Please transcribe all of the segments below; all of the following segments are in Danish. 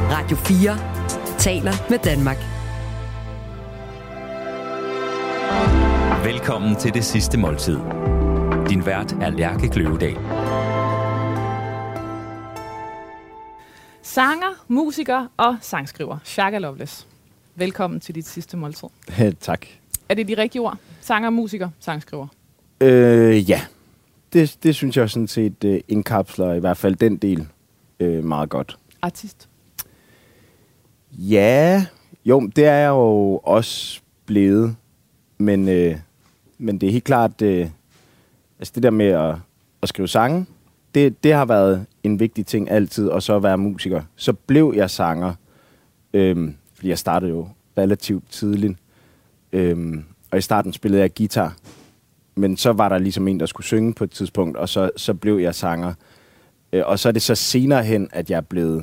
Radio 4 taler med Danmark. Velkommen til Det Sidste Måltid. Din vært er Lærke Kløvedal. Sanger, musiker og sangskriver. Shaka Loveless. Velkommen til Dit Sidste Måltid. Tak. Er det de rigtige ord? Sanger, musiker, sangskriver? Ja. Det synes jeg sådan set indkapsler i hvert fald den del meget godt. Artist? Ja, jo, det er jeg jo også blevet. Men det er helt klart, altså det der med at skrive sange, det har været en vigtig ting altid, og så at være musiker. Så blev jeg sanger, fordi jeg startede jo relativt tidligt. Og i starten spillede jeg guitar, men så var der ligesom en, der skulle synge på et tidspunkt, og så blev jeg sanger. Og så er det så senere hen, at jeg er blevet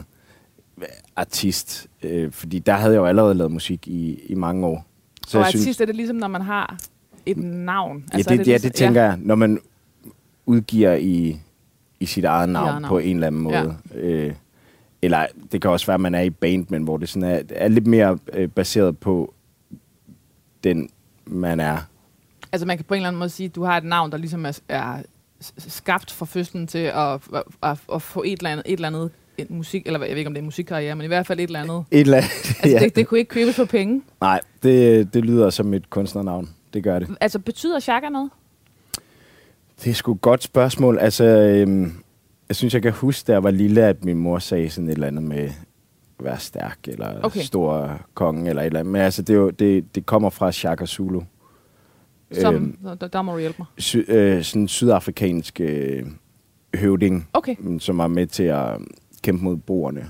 artist, fordi der havde jeg jo allerede lavet musik i mange år. Så og artist, er det ligesom, når man har et navn? Altså, det tænker jeg, når man udgiver i sit eget navn på en eller anden måde. Ja. Eller det kan også være, at man er i band, men hvor det sådan er lidt mere baseret på den, man er. Altså man kan på en eller anden måde sige, at du har et navn, der ligesom er skabt fra fødslen til at få et eller andet musik, eller jeg ved ikke, om det er musikkarriere, men i hvert fald et eller andet. Altså, det kunne ikke købes for penge. Nej, det lyder som et kunstnernavn. Det gør det. Altså, betyder Shaka noget? Det er sgu et godt spørgsmål. Altså, jeg synes, jeg kan huske, da jeg var lille, at min mor sagde sådan et eller andet med at være stærk, eller stor konge, eller et eller andet. Men altså, det kommer fra Shaka Zulu. Der må du hjælpe mig. Sådan en sydafrikansk høvding, som var med til at kæmpe mod boerne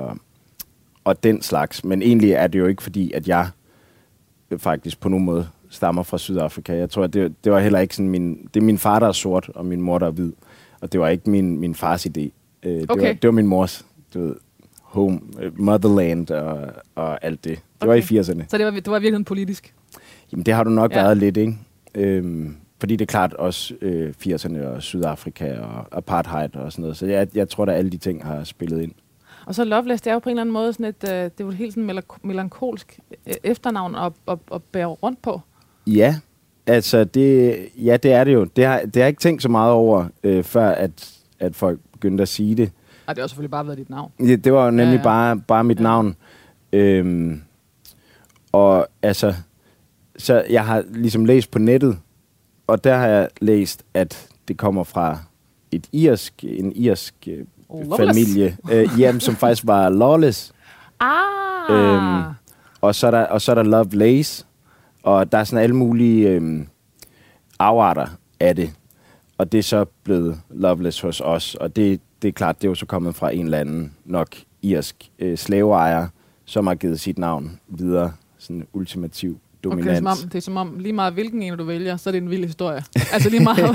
og den slags. Men egentlig er det jo ikke fordi, at jeg faktisk på nogen måde stammer fra Sydafrika. Jeg tror, at det var heller ikke sådan det er min far, der er sort, og min mor, der er hvid. Og det var ikke min fars idé. Det var min mors, du ved, home, motherland og alt det. Det var i 80'erne. Så det var virkelig politisk? Jamen, det har du nok været lidt, ikke? Fordi det er klart også 80'erne og Sydafrika og apartheid og sådan noget. Så jeg tror, at alle de ting har spillet ind. Og så Loveless, det er jo på en eller anden måde sådan det er jo helt sådan melankolsk efternavn at bære rundt på. Ja, altså det er det jo. Det har jeg ikke tænkt så meget over, før at folk begyndte at sige det. Og det har selvfølgelig bare været dit navn. Ja, det var jo nemlig bare mit navn. Og altså, så jeg har ligesom læst på nettet, og der har jeg læst, at det kommer fra en irsk familie, som faktisk var Lawless. Og så er der Lovelace, og der er sådan alle mulige afarter af det. Og det er så blevet Loveless hos os, og det er klart, det er jo så kommet fra en eller anden nok irsk slaveejer, som har givet sit navn videre, sådan ultimativ dominans. Okay, det er som om lige meget hvilken en du vælger, så er det en vild historie. Altså lige meget.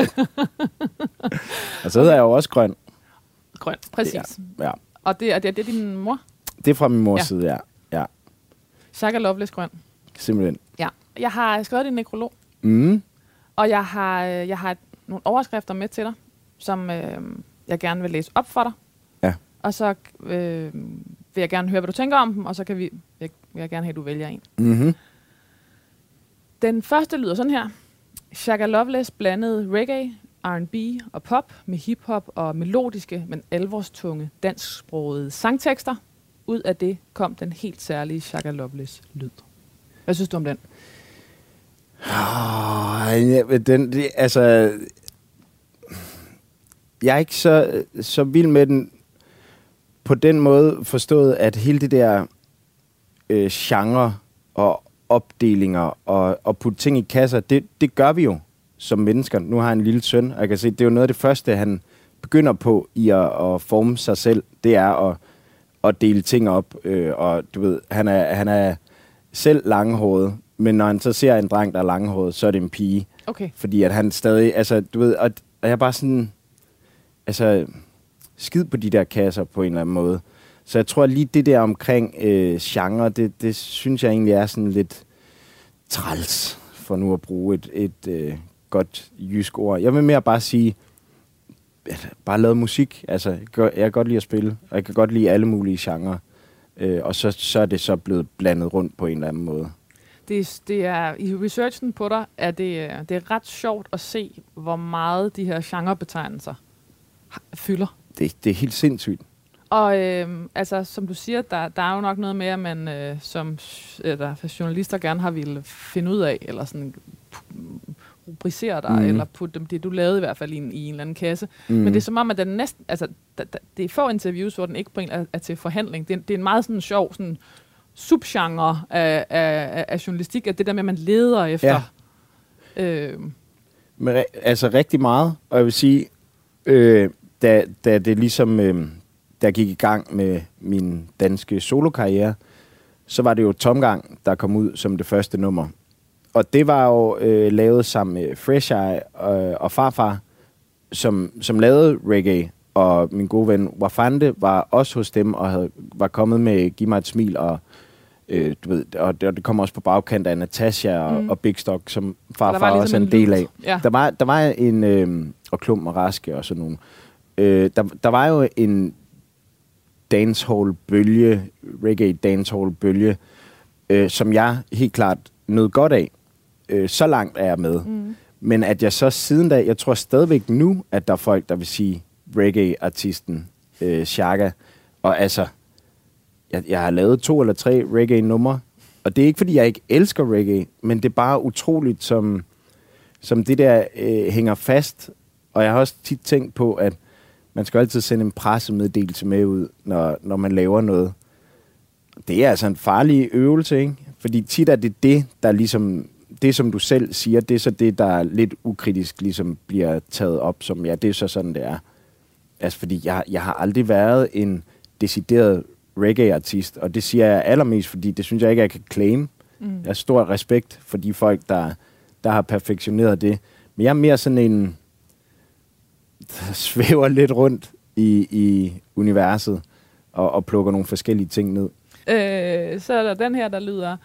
Og så hedder jeg jo også Grøn. Grøn, præcis. Ja. Og det er din mor? Det er fra min mors side, ja. Shaka Loveless Grøn. Simpelthen. Ja. Jeg har skrevet din nekrolog. Og jeg har nogle overskrifter med til dig, som jeg gerne vil læse op for dig. Ja. Og så vil jeg gerne høre, hvad du tænker om dem, og så vil jeg gerne have, at du vælger en. Mm-hmm. Den første lyder sådan her. Shaka Loveless blandede reggae, R&B og pop med hiphop og melodiske, men alvorstunge, dansksprogede sangtekster. Ud af det kom den helt særlige Shaka Loveless lyd. Hvad synes du om den? Altså, jeg er ikke så vild med den på den måde forstået, at hele det der genre og opdelinger og putte ting i kasser, det gør vi jo som mennesker. Nu har jeg en lille søn, og jeg kan se, det er jo noget af det første, han begynder på i at forme sig selv. Det er at dele ting op, og du ved, han er selv langhåret, men når han så ser en dreng, der er langhåret, så er det en pige. Okay. Fordi at han stadig, altså du ved, og jeg er bare sådan, altså skid på de der kasser på en eller anden måde. Så jeg tror lige det der omkring genre, det synes jeg egentlig er sådan lidt træls, for nu at bruge et godt jysk ord. Jeg vil mere bare sige, bare lave musik. Altså, jeg kan godt lide at spille, og jeg kan godt lide alle mulige genrer. Og så er det så blevet blandet rundt på en eller anden måde. Det er i researchen på dig, det er ret sjovt at se, hvor meget de her genrebetegnelser fylder. Det er helt sindssygt. Og altså, som du siger, der er jo nok noget med, at man som journalister gerne har ville finde ud af, eller sådan rubricere dig, eller putte dem, det du lavede i hvert fald i en eller anden kasse. Men det er som om, at den næsten, altså, det er få interviews, hvor den ikke på en er til forhandling. Det er en meget sådan sjov sådan subgenre af journalistik, at det der med, at man leder efter. Ja. Men, altså rigtig meget, og jeg vil sige, da det ligesom, da jeg gik i gang med min danske solokarriere, så var det jo Tomgang, der kom ud som det første nummer. Og det var jo lavet sammen med Fresh Eye og Farfar, som lavede reggae. Og min gode ven Wafande var også hos dem og var kommet med Giv mig et smil. Og, du ved, og det kom også på bagkant af Natasha og Big Stock, som Farfar ligesom også er en del af. Ja. Der var en... og Klum og Raske og sådan nogle. Der var jo en dancehall-bølge, reggae dancehall-bølge, som jeg helt klart nød godt af. Så langt er jeg med. Men at jeg så siden da, jeg tror stadigvæk nu, at der er folk, der vil sige reggae-artisten Shaka. Og altså, jeg har lavet 2 eller 3 reggae-numre, og det er ikke, fordi jeg ikke elsker reggae, men det er bare utroligt, som det der hænger fast. Og jeg har også tit tænkt på, at man skal altid sende en pressemeddelelse med ud, når man laver noget. Det er altså en farlig øvelse, ikke? Fordi tit er det, der ligesom... Det, som du selv siger, det er så det, der lidt ukritisk ligesom bliver taget op som, ja, det er så sådan, det er. Altså, fordi jeg har aldrig været en decideret reggae-artist, og det siger jeg allermest, fordi det synes jeg ikke, jeg kan claim. Jeg har stor respekt for de folk, der har perfektioneret det. Men jeg er mere sådan en, der svæver lidt rundt i universet, og plukker nogle forskellige ting ned. Så er der den her, der lyder...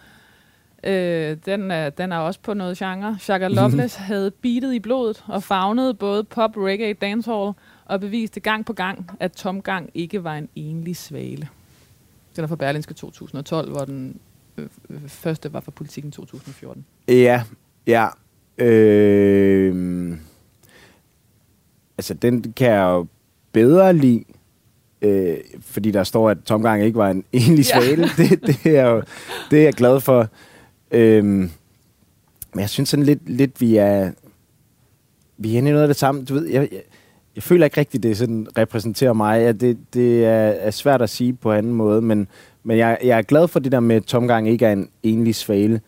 Den er også på noget genre. Shaka Loveless havde beatet i blodet og favnede både pop, reggae, dancehall og beviste gang på gang, at Tomgang ikke var en enlig svale. Den er fra Berlingske 2012, hvor den første var fra Politikken 2014. Ja. Altså, den kan jeg jo bedre lide, fordi der står, at Tomgang ikke var en enlig svale. Det er jeg glad for. Men jeg synes sådan lidt vi er inde i noget af det samme. Du ved, jeg føler ikke rigtigt, det sådan repræsenterer mig. Ja, det er svært at sige på anden måde, men jeg er glad for det der med, at Tomgang ikke er en enlig svale.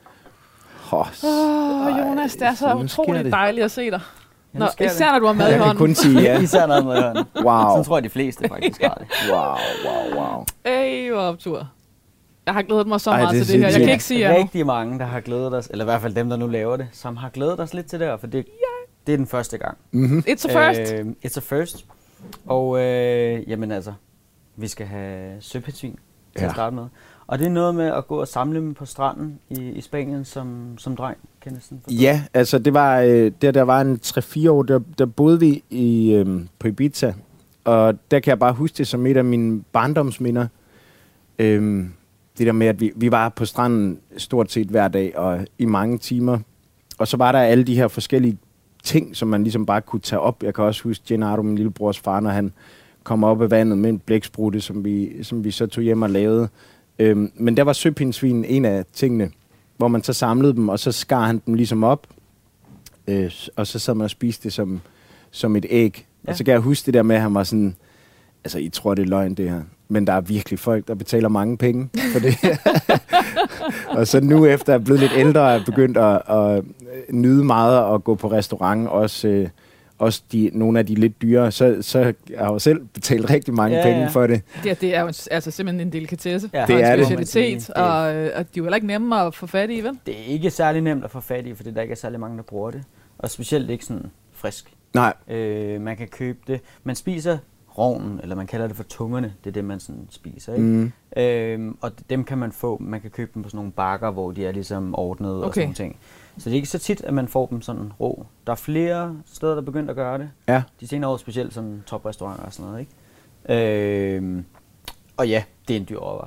Jonas, det er så utroligt dejligt at se dig. Nå, især når du har mad i hånden. Jeg kan kun sige ja. Især når du har mad i hånden. Wow. Sådan tror jeg, de fleste faktisk har det. Wow. Hvor optur. Jeg har glædet mig så meget til det her. Jeg kan ikke sige rigtig mange, der har glædet os, eller i hvert fald dem, der nu laver det, som har glædet os lidt til det her, for det er den første gang. It's a first. It's a first. Og jamen altså, vi skal have søpindsvin til at starte med. Og det er noget med at gå og samle dem på stranden i Spanien som dreng, Kenneth. Ja, altså det var, der var en 3-4 år, der boede vi på Ibiza. Og der kan jeg bare huske det som et af mine barndomsminder. Det der med, at vi var på stranden stort set hver dag og i mange timer. Og så var der alle de her forskellige ting, som man ligesom bare kunne tage op. Jeg kan også huske Gennaro, min lillebrors far, når han kom op af vandet med en blæksprutte, som vi så tog hjem og lavede. Men der var søpindsvin en af tingene, hvor man så samlede dem, og så skar han dem ligesom op. Og så sad man og spiste det som et æg. Ja. Og så kan jeg huske det der med, at han var sådan... Altså, I tror, det er løgn, det her. Men der er virkelig folk, der betaler mange penge for det. Og så nu efter jeg er blevet lidt ældre, er jeg begyndt at nyde meget at gå på restaurant. Også nogle af de lidt dyre. Så jeg har jo selv betalt rigtig mange penge for det. Ja, det er jo altså simpelthen en delikatesse. Ja, det er en specialitet. Og de er jo heller ikke nemme at få fat i, vel? Det er ikke særlig nemt at få fat i, fordi der ikke er særlig mange, der bruger det. Og specielt ikke sådan frisk. Nej. Man kan købe det. Man spiser rovnen, eller man kalder det for tungerne. Det er det, man sådan spiser, ikke? Og dem kan man få. Man kan købe dem på sådan nogle bakker, hvor de er ligesom ordnet og sådan nogle ting. Så det er ikke så tit, at man får dem sådan rå. Der er flere steder, der er begyndt at gøre det. Ja. De senere år, specielt sådan toprestauranter og sådan noget, ikke? Og ja, det er en dyr råvare.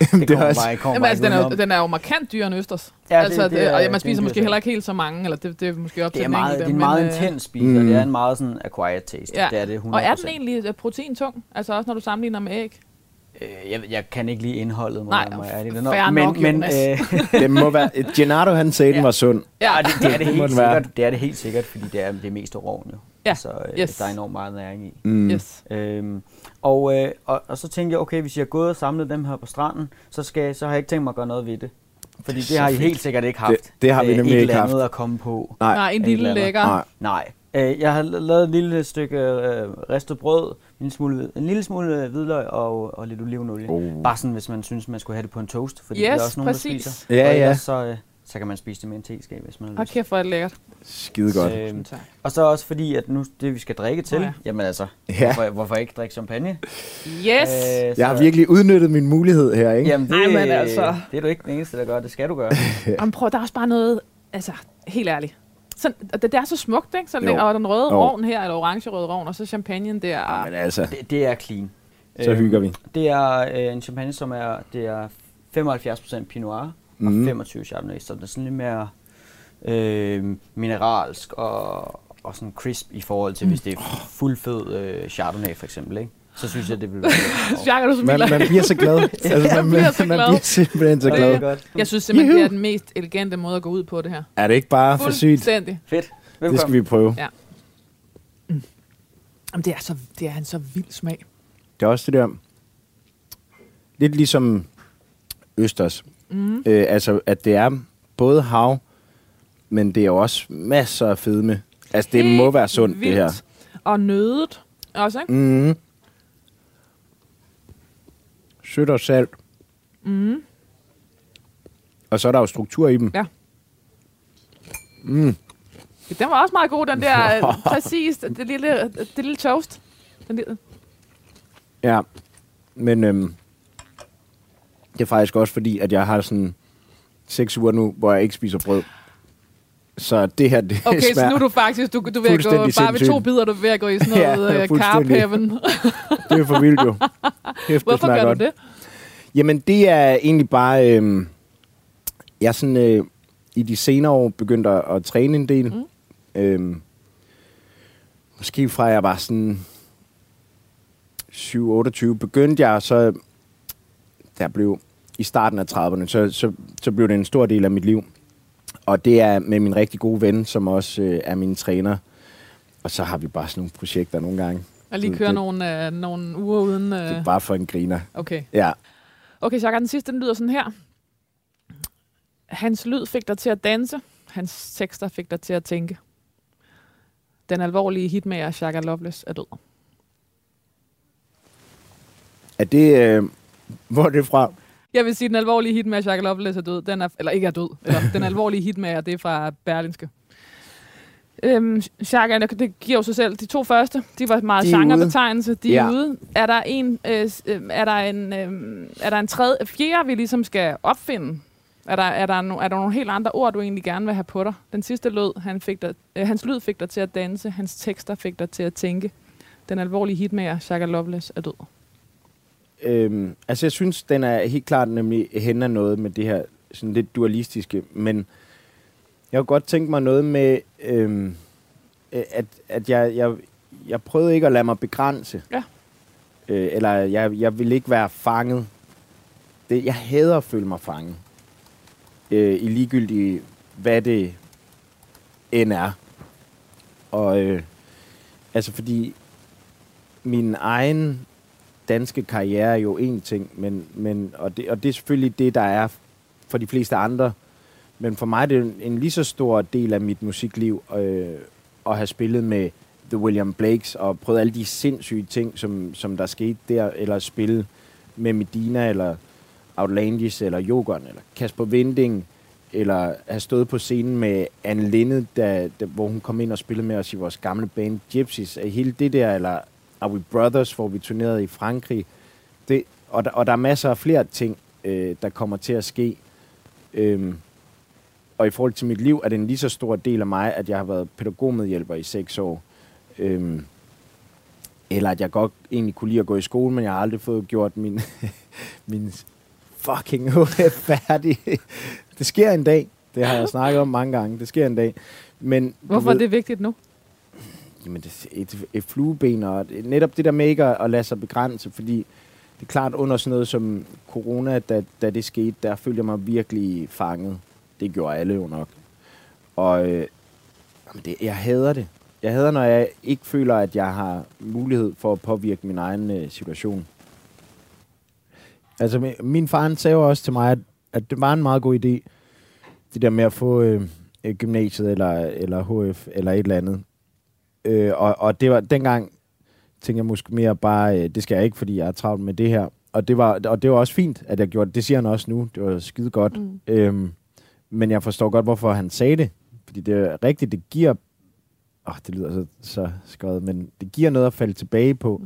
Det kommer bare den er jo markant dyrere end østers. Ja, og man spiser måske heller ikke helt så mange, eller det er måske op til den enkelte. Det er en meget intens spiser, det er en meget sådan acquired taste. Ja. Det er det 100%. Og er den egentlig proteintung? Altså også når du sammenligner med æg? Jeg kan ikke lide indholdet. Nej, fair nok, men det må være... Gennaro, han sagde, den var sund. Ja, det er det helt sikkert. Det er det helt sikkert, fordi det er det meste roven jo. Ja. Så yes. der er enormt meget næring i. Yes. Og så tænkte jeg, okay, hvis jeg har gået og samlet dem her på stranden, så har jeg ikke tænkt mig at gøre noget ved det. Fordi det har I helt sikkert ikke haft. Det har vi nemlig ikke haft. Andet at komme på. Nej, en lille lækker. Nej. Jeg har lavet et lille stykke ristet brød, en lille smule hvidløg og lidt olivenolie. Bare sådan, hvis man synes, man skulle have det på en toast. Fordi det er også nogen, der spiser. Ja. Så kan man spise det med en teskæb, hvis man har lyst. Okay, for det lækkert. Skide godt. Og så også fordi, at nu det vi skal drikke til, jamen altså, hvorfor ikke drikke champagne? Yes! Jeg har virkelig udnyttet min mulighed her, ikke? Jamen det er du ikke den eneste, der gør. Det skal du gøre. Jamen prøv, der er også bare noget, altså helt ærligt. Så, det er så smukt, ikke? Så og den røde rovn her, eller orange-røde rovn, og så champagnen der. Men altså, det er clean. Så hygger vi. Det er en champagne, som er 75% Pinot Noir og 25 Chardonnay, så det er sådan lidt mere mineralsk og sådan crisp i forhold til, hvis det er fuldfed Chardonnay for eksempel, ikke? Så synes jeg, det vil være man bliver så glad. Altså, man bliver simpelthen så glad. Jeg synes simpelthen, det er den mest elegante måde at gå ud på det her. Er det ikke bare for sygt? Fuldstændig. Fedt. Velkommen. Det skal vi prøve. Ja. Jamen, det er en så vild smag. Det er også det der, lidt ligesom østers. Altså, at det er både hav, men det er også masser af fedme. Altså, det må være sundt, vildt. Det her. Og nødet også, ikke? Sødt og salt. Og så er der jo struktur i dem. Ja. Den var også meget god, den der præcis, det lille toast. Den lille. Ja, men det er faktisk også fordi, at jeg har sådan 6 uger nu, hvor jeg ikke spiser brød. Så det her, det okay, så nu er du faktisk, du vil gå bare ved 2 bidder, du vil gå i sådan noget carb heaven. Det er for vildt jo. Hvorfor gør du det? Jamen, det er egentlig bare, jeg sådan i de senere år begyndte at træne en del. Måske fra jeg var sådan 7-28, begyndte jeg så, der blev i starten af 30'erne, så blev det en stor del af mit liv. Og det er med min rigtig gode ven, som også er min træner. Og så har vi bare sådan nogle projekter nogle gange. Og lige køre nogle uger uden... Det er bare for en griner. Okay. Ja. Okay, Chaka, den sidste, den lyder sådan her. Hans lyd fik dig til at danse. Hans tekster fik dig til at tænke. Den alvorlige hitmager Shaka Loveless er død. Er det... hvor er det fra? Jeg vil sige, at den alvorlige hitmager Shaka Loveless er død. Eller ikke er død. Eller, den alvorlige hitmager, det er fra Berlingske. Shaka, det giver jo sig selv. De 2 første, de var meget genrebetegnelse. De er ude. Er der en fjerde, vi ligesom skal opfinde? Er der nogle helt andre ord, du egentlig gerne vil have på dig? Den sidste lød, hans lyd fik dig til at danse. Hans tekster fik dig til at tænke. Den alvorlige hitmager Shaka Loveless er død. Altså jeg synes, den er helt klart nemlig hen af noget med det her sådan lidt dualistiske, men jeg kunne godt tænke mig noget med, at jeg prøvede ikke at lade mig begrænse. Ja. Eller jeg ville ikke være fanget. Jeg hader at føle mig fanget. I ligegyldigt, hvad det end er. Og altså fordi min egen danske karriere er jo en ting, men det er selvfølgelig det, der er for de fleste andre. Men for mig er det en lige så stor del af mit musikliv at have spillet med The William Blakes og prøvet alle de sindssyge ting, som der skete der, eller spille med Medina, eller Outlandish, eller Jokeren, eller Kasper Winding, eller have stået på scenen med Anne Linnet, hvor hun kom ind og spillede med os i vores gamle band Gypsies. Hele det der, eller Are We Brothers, hvor vi turnerede i Frankrig. Og der er masser af flere ting, der kommer til at ske. Og i forhold til mit liv, er det en lige så stor del af mig, at jeg har været pædagogmedhjælper i 6 år. Eller at jeg godt egentlig kunne lide at gå i skole, men jeg har aldrig fået gjort min fucking HF færdig. Det sker en dag. Det har jeg snakket om mange gange. Det sker en dag. Men hvorfor er det vigtigt nu? Jamen, det er et flueben, og netop det der med ikke at lade sig begrænse, fordi det er klart under sådan noget som corona, da det skete, der følte jeg mig virkelig fanget. Det gjorde alle jo nok. Og jeg hader det. Jeg hader, når jeg ikke føler, at jeg har mulighed for at påvirke min egen situation. Altså, min far han sagde også til mig, at det var en meget god idé, det der med at få gymnasiet eller HF eller et eller andet. Og det var dengang, tænkte jeg måske mere bare, det skal jeg ikke, fordi jeg er travlt med det her. Og det var også fint, at jeg gjorde det. Det siger han også nu. Det var skide godt. Men jeg forstår godt, hvorfor han sagde det. Fordi det er rigtigt, det giver... det lyder så skøjet, men det giver noget at falde tilbage på.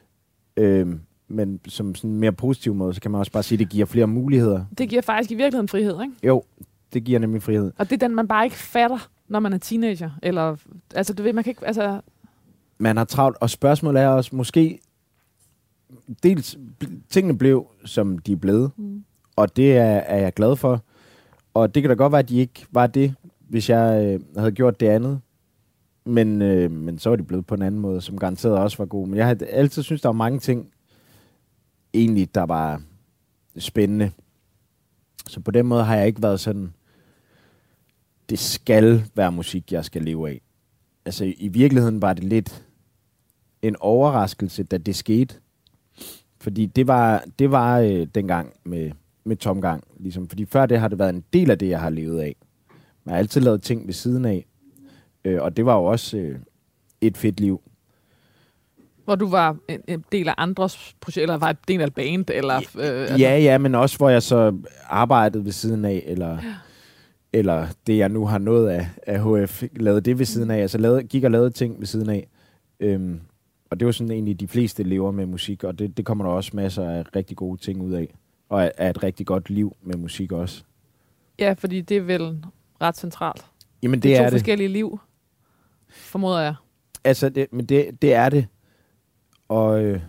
Men som sådan en mere positiv måde, så kan man også bare sige, at det giver flere muligheder. Det giver faktisk i virkeligheden frihed, ikke? Jo, det giver nemlig frihed. Og det er den, man bare ikke fatter, når man er teenager. Eller, altså, du ved, man kan ikke... Altså... Man har travlt, og spørgsmålet er også, måske... Dels, tingene blev, som de er blevet. Og det er jeg glad for. Og det kan da godt være, at de ikke var det, hvis jeg havde gjort det andet. Men så var de blevet på en anden måde, som garanteret også var god. Men jeg har altid synes, der var mange ting, egentlig, der var spændende. Så på den måde har jeg ikke været sådan, det skal være musik, jeg skal leve af. Altså i virkeligheden var det lidt en overraskelse, da det skete. Fordi det var dengang med tomgang. Ligesom. Fordi før det har det været en del af det, jeg har levet af. Jeg har altid lavet ting ved siden af. Og det var jo også et fedt liv. Hvor du var en del af andres projekter, eller var en del af band? Eller, ja, men også hvor jeg så arbejdede ved siden af, eller det jeg nu har nået af HF, lavede det ved siden af. Altså gik og lavede ting ved siden af. Og det var sådan egentlig de fleste lever med musik, og det kommer der også masser af rigtig gode ting ud af. Og af et rigtig godt liv med musik også. Ja, fordi det er vel ret centralt. Jamen det er to forskellige liv, formoder jeg. Altså, det er det. Og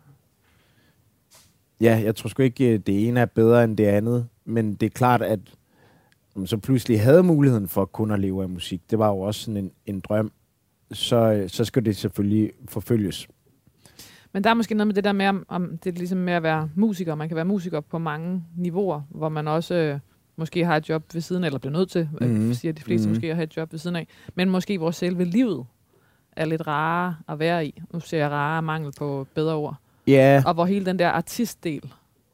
jeg tror sgu ikke, det ene er bedre end det andet. Men det er klart, at man så pludselig havde muligheden for kun at leve af musik. Det var jo også sådan en drøm. Så skal det selvfølgelig forfølges. Men der er måske noget med det der med, om det er ligesom med at være musiker. Man kan være musiker på mange niveauer, hvor man også måske har et job ved siden af, eller bliver nødt til, siger de fleste måske, at have et job ved siden af. Men måske hvor selve livet er lidt rarere at være i. Nu ser jeg rarere mangel på bedre ord. Yeah. Og hvor hele den der artistdel,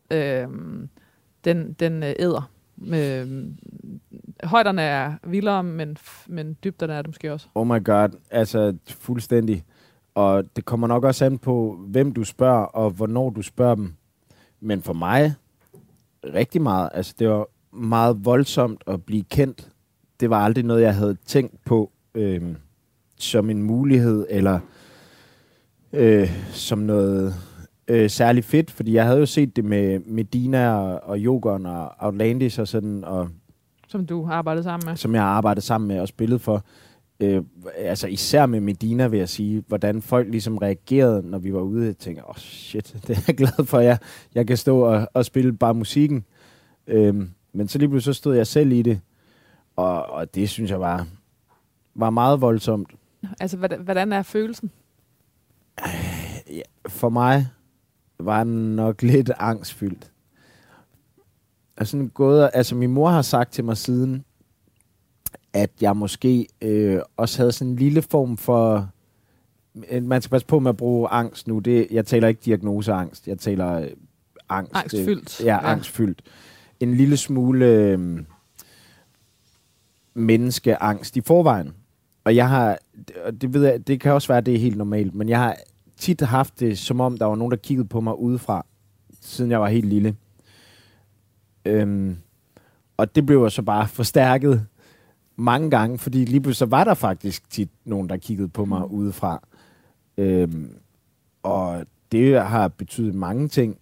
den æder. Højderne er vildere, men dybderne er det måske også. Oh my god, altså fuldstændig. Og det kommer nok også an på, hvem du spørger, og hvornår du spørger dem. Men for mig, rigtig meget. Altså det var meget voldsomt at blive kendt. Det var aldrig noget, jeg havde tænkt på som en mulighed, eller som noget særlig fedt. Fordi jeg havde jo set det med Medina og Jokeren og Outlandish og sådan. Og som du har arbejdet sammen med? Som jeg har arbejdet sammen med og spillet for. Altså især med Medina, vil jeg sige, hvordan folk ligesom reagerede, når vi var ude. Jeg tænker, shit, det er jeg glad for, jeg kan stå og spille bare musikken. Men så lige pludselig så stod jeg selv i det, og det synes jeg var meget voldsomt. Altså, hvordan er følelsen? For mig var den nok lidt angstfyldt. Altså min mor har sagt til mig siden, at jeg måske også havde sådan en lille form for... Man skal passe på med at bruge angst nu. Jeg taler ikke diagnoseangst. Jeg taler angst. Angstfyldt. Angstfyldt. En lille smule menneskeangst i forvejen. Og jeg har... Det ved jeg, det kan også være, at det er helt normalt, men jeg har tit haft det, som om der var nogen, der kiggede på mig udefra, siden jeg var helt lille. Og det blev så bare forstærket mange gange, fordi lige pludselig var der faktisk tit nogen, der kiggede på mig udefra. Og det har betydet mange ting.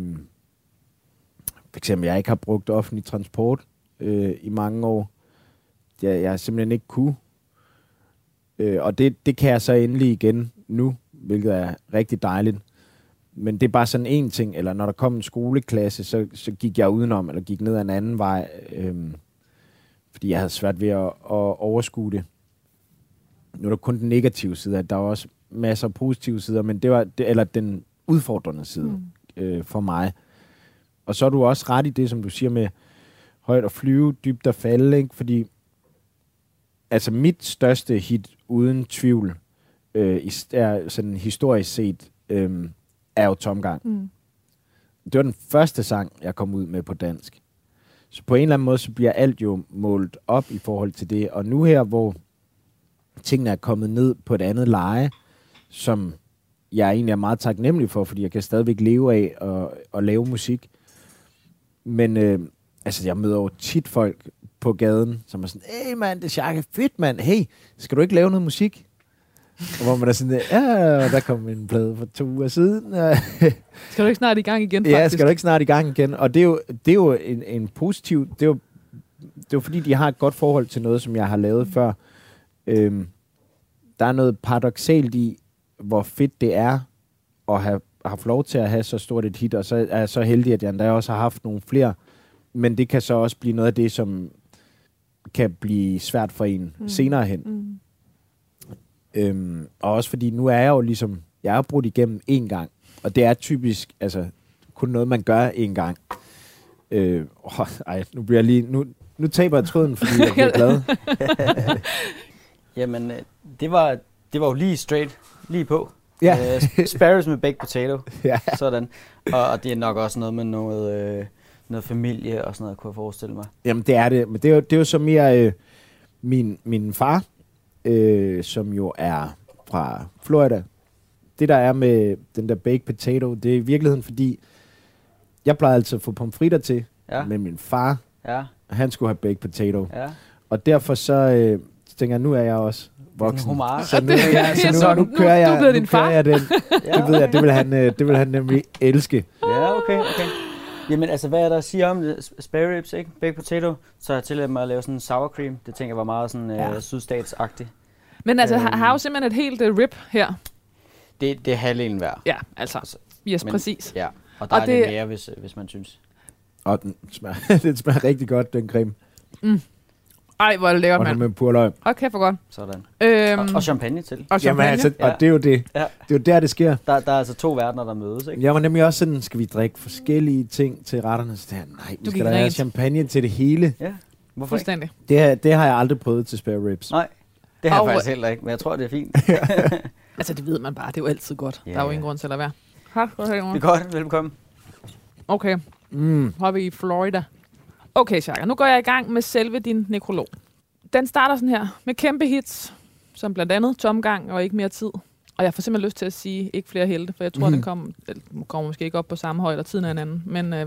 For eksempel, jeg ikke har brugt offentlig transport i mange år. Jeg simpelthen ikke kunne. Og det kan jeg så endelig igen nu, hvilket er rigtig dejligt. Men det er bare sådan en ting, eller når der kom en skoleklasse, så gik jeg udenom, eller gik ned ad en anden vej, fordi jeg havde svært ved at overskue det. Nu er der kun den negative side, at der var også masser af positive sider, men det var eller den udfordrende side for mig. Og så er du også ret i det, som du siger med højt at flyve, dybt at falde, ikke? Fordi altså mit største hit, uden tvivl, er sådan historisk set, er jo Tomgang. Det var den første sang, jeg kom ud med på dansk. Så på en eller anden måde, så bliver alt jo målt op i forhold til det. Og nu her, hvor tingene er kommet ned på et andet leje, som jeg egentlig er meget taknemmelig for, fordi jeg kan stadigvæk leve af at lave musik. Men altså, jeg møder jo tit folk på gaden, som er sådan, hey mand, det er Shaka, fedt mand, hey, skal du ikke lave noget musik? Og hvor man er sådan, ja, der kom en plade for 2 uger siden. Skal du ikke snart i gang igen, faktisk? Ja, skal du ikke snart i gang igen? Og det er jo en positiv, det er jo fordi, de har et godt forhold til noget, som jeg har lavet før. Der er noget paradoksalt i, hvor fedt det er at have haft lov til at have så stort et hit, og så er jeg så heldig, at jeg endda også har haft nogle flere. Men det kan så også blive noget af det, som kan blive svært for en senere hen. Og også fordi nu er jeg jo ligesom, jeg er brudt igennem én gang, og det er typisk altså kun noget, man gør én gang. Nu bliver jeg lige, nu taber jeg tråden, fordi jeg bliver glad. Jamen, det var jo lige straight, lige på. Ja. Sparrows med baked potato, Ja. sådan. Og det er nok også noget med noget familie og sådan noget, kunne jeg forestille mig. Jamen det er det, men det er jo så mere min far, som jo er fra Florida. Det der er med den der baked potato, det er i virkeligheden fordi, jeg plejer altid at få pomfritter til, med min far, han skulle have baked potato. Ja. Og derfor så tænker jeg, nu er jeg også voksen. Så nu kører jeg den. Det ved jeg, det vil han nemlig elske. Ja, okay. Jamen altså, hvad er der at sige om det? Spare ribs, ikke? Baked potato. Så har jeg tilladt mig at lave sådan en sour cream. Det tænker jeg var meget sådan sydstatsagtigt. Men altså, har jo simpelthen et helt rib her. Det er halvdelen værd. Ja, altså. Yes, præcis. Ja, og der er det mere, hvis man synes. Og den smager rigtig godt, den creme. Ej, hvor er det lækkert, mand. Og med purløg. Okay, for godt. Sådan. Og champagne til. Og champagne. Jamen, altså, og det er jo det. Ja. Det er jo der, det sker. Der er altså 2 verdener, der mødes, ikke? Jeg var nemlig også sådan, skal vi drikke forskellige ting til retterne? Så nej, vi skal da have champagne til det hele. Ja, hvorfor ikke? Det har jeg aldrig prøvet til spare ribs. Nej, det har jeg faktisk heller ikke, men jeg tror, det er fint. Altså, det ved man bare. Det er jo altid godt. Der er jo ingen grund til at lade være. Det er godt. Velkommen. Okay. Har vi i Florida. Okay, Shaka, nu går jeg i gang med selve din nekrolog. Den starter sådan her, med kæmpe hits, som blandt andet Tomgang og Ikke mere tid. Og jeg får simpelthen lyst til at sige, ikke flere helte, for jeg tror, den kommer måske ikke op på samme højde, og tiden er en anden. Men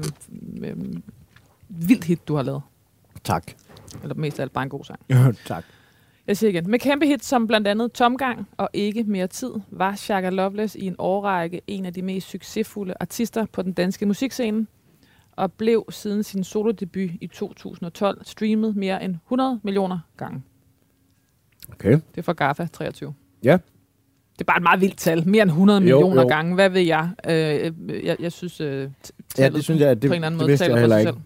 vildt hit, du har lavet. Tak. Eller mest af alt bare en god sang. Tak. Jeg siger igen, med kæmpe hits som blandt andet Tomgang og Ikke mere tid, var Shaka Loveless i en årrække en af de mest succesfulde artister på den danske musikscene, og blev siden sin solodebut i 2012 streamet mere end 100 millioner gange. Okay. Det er fra GAFA 23. Ja. Det er bare et meget vildt tal. Mere end 100 millioner gange. Hvad ved jeg? Jeg synes, tallet det synes jeg, på en eller anden måde taler for sig selv.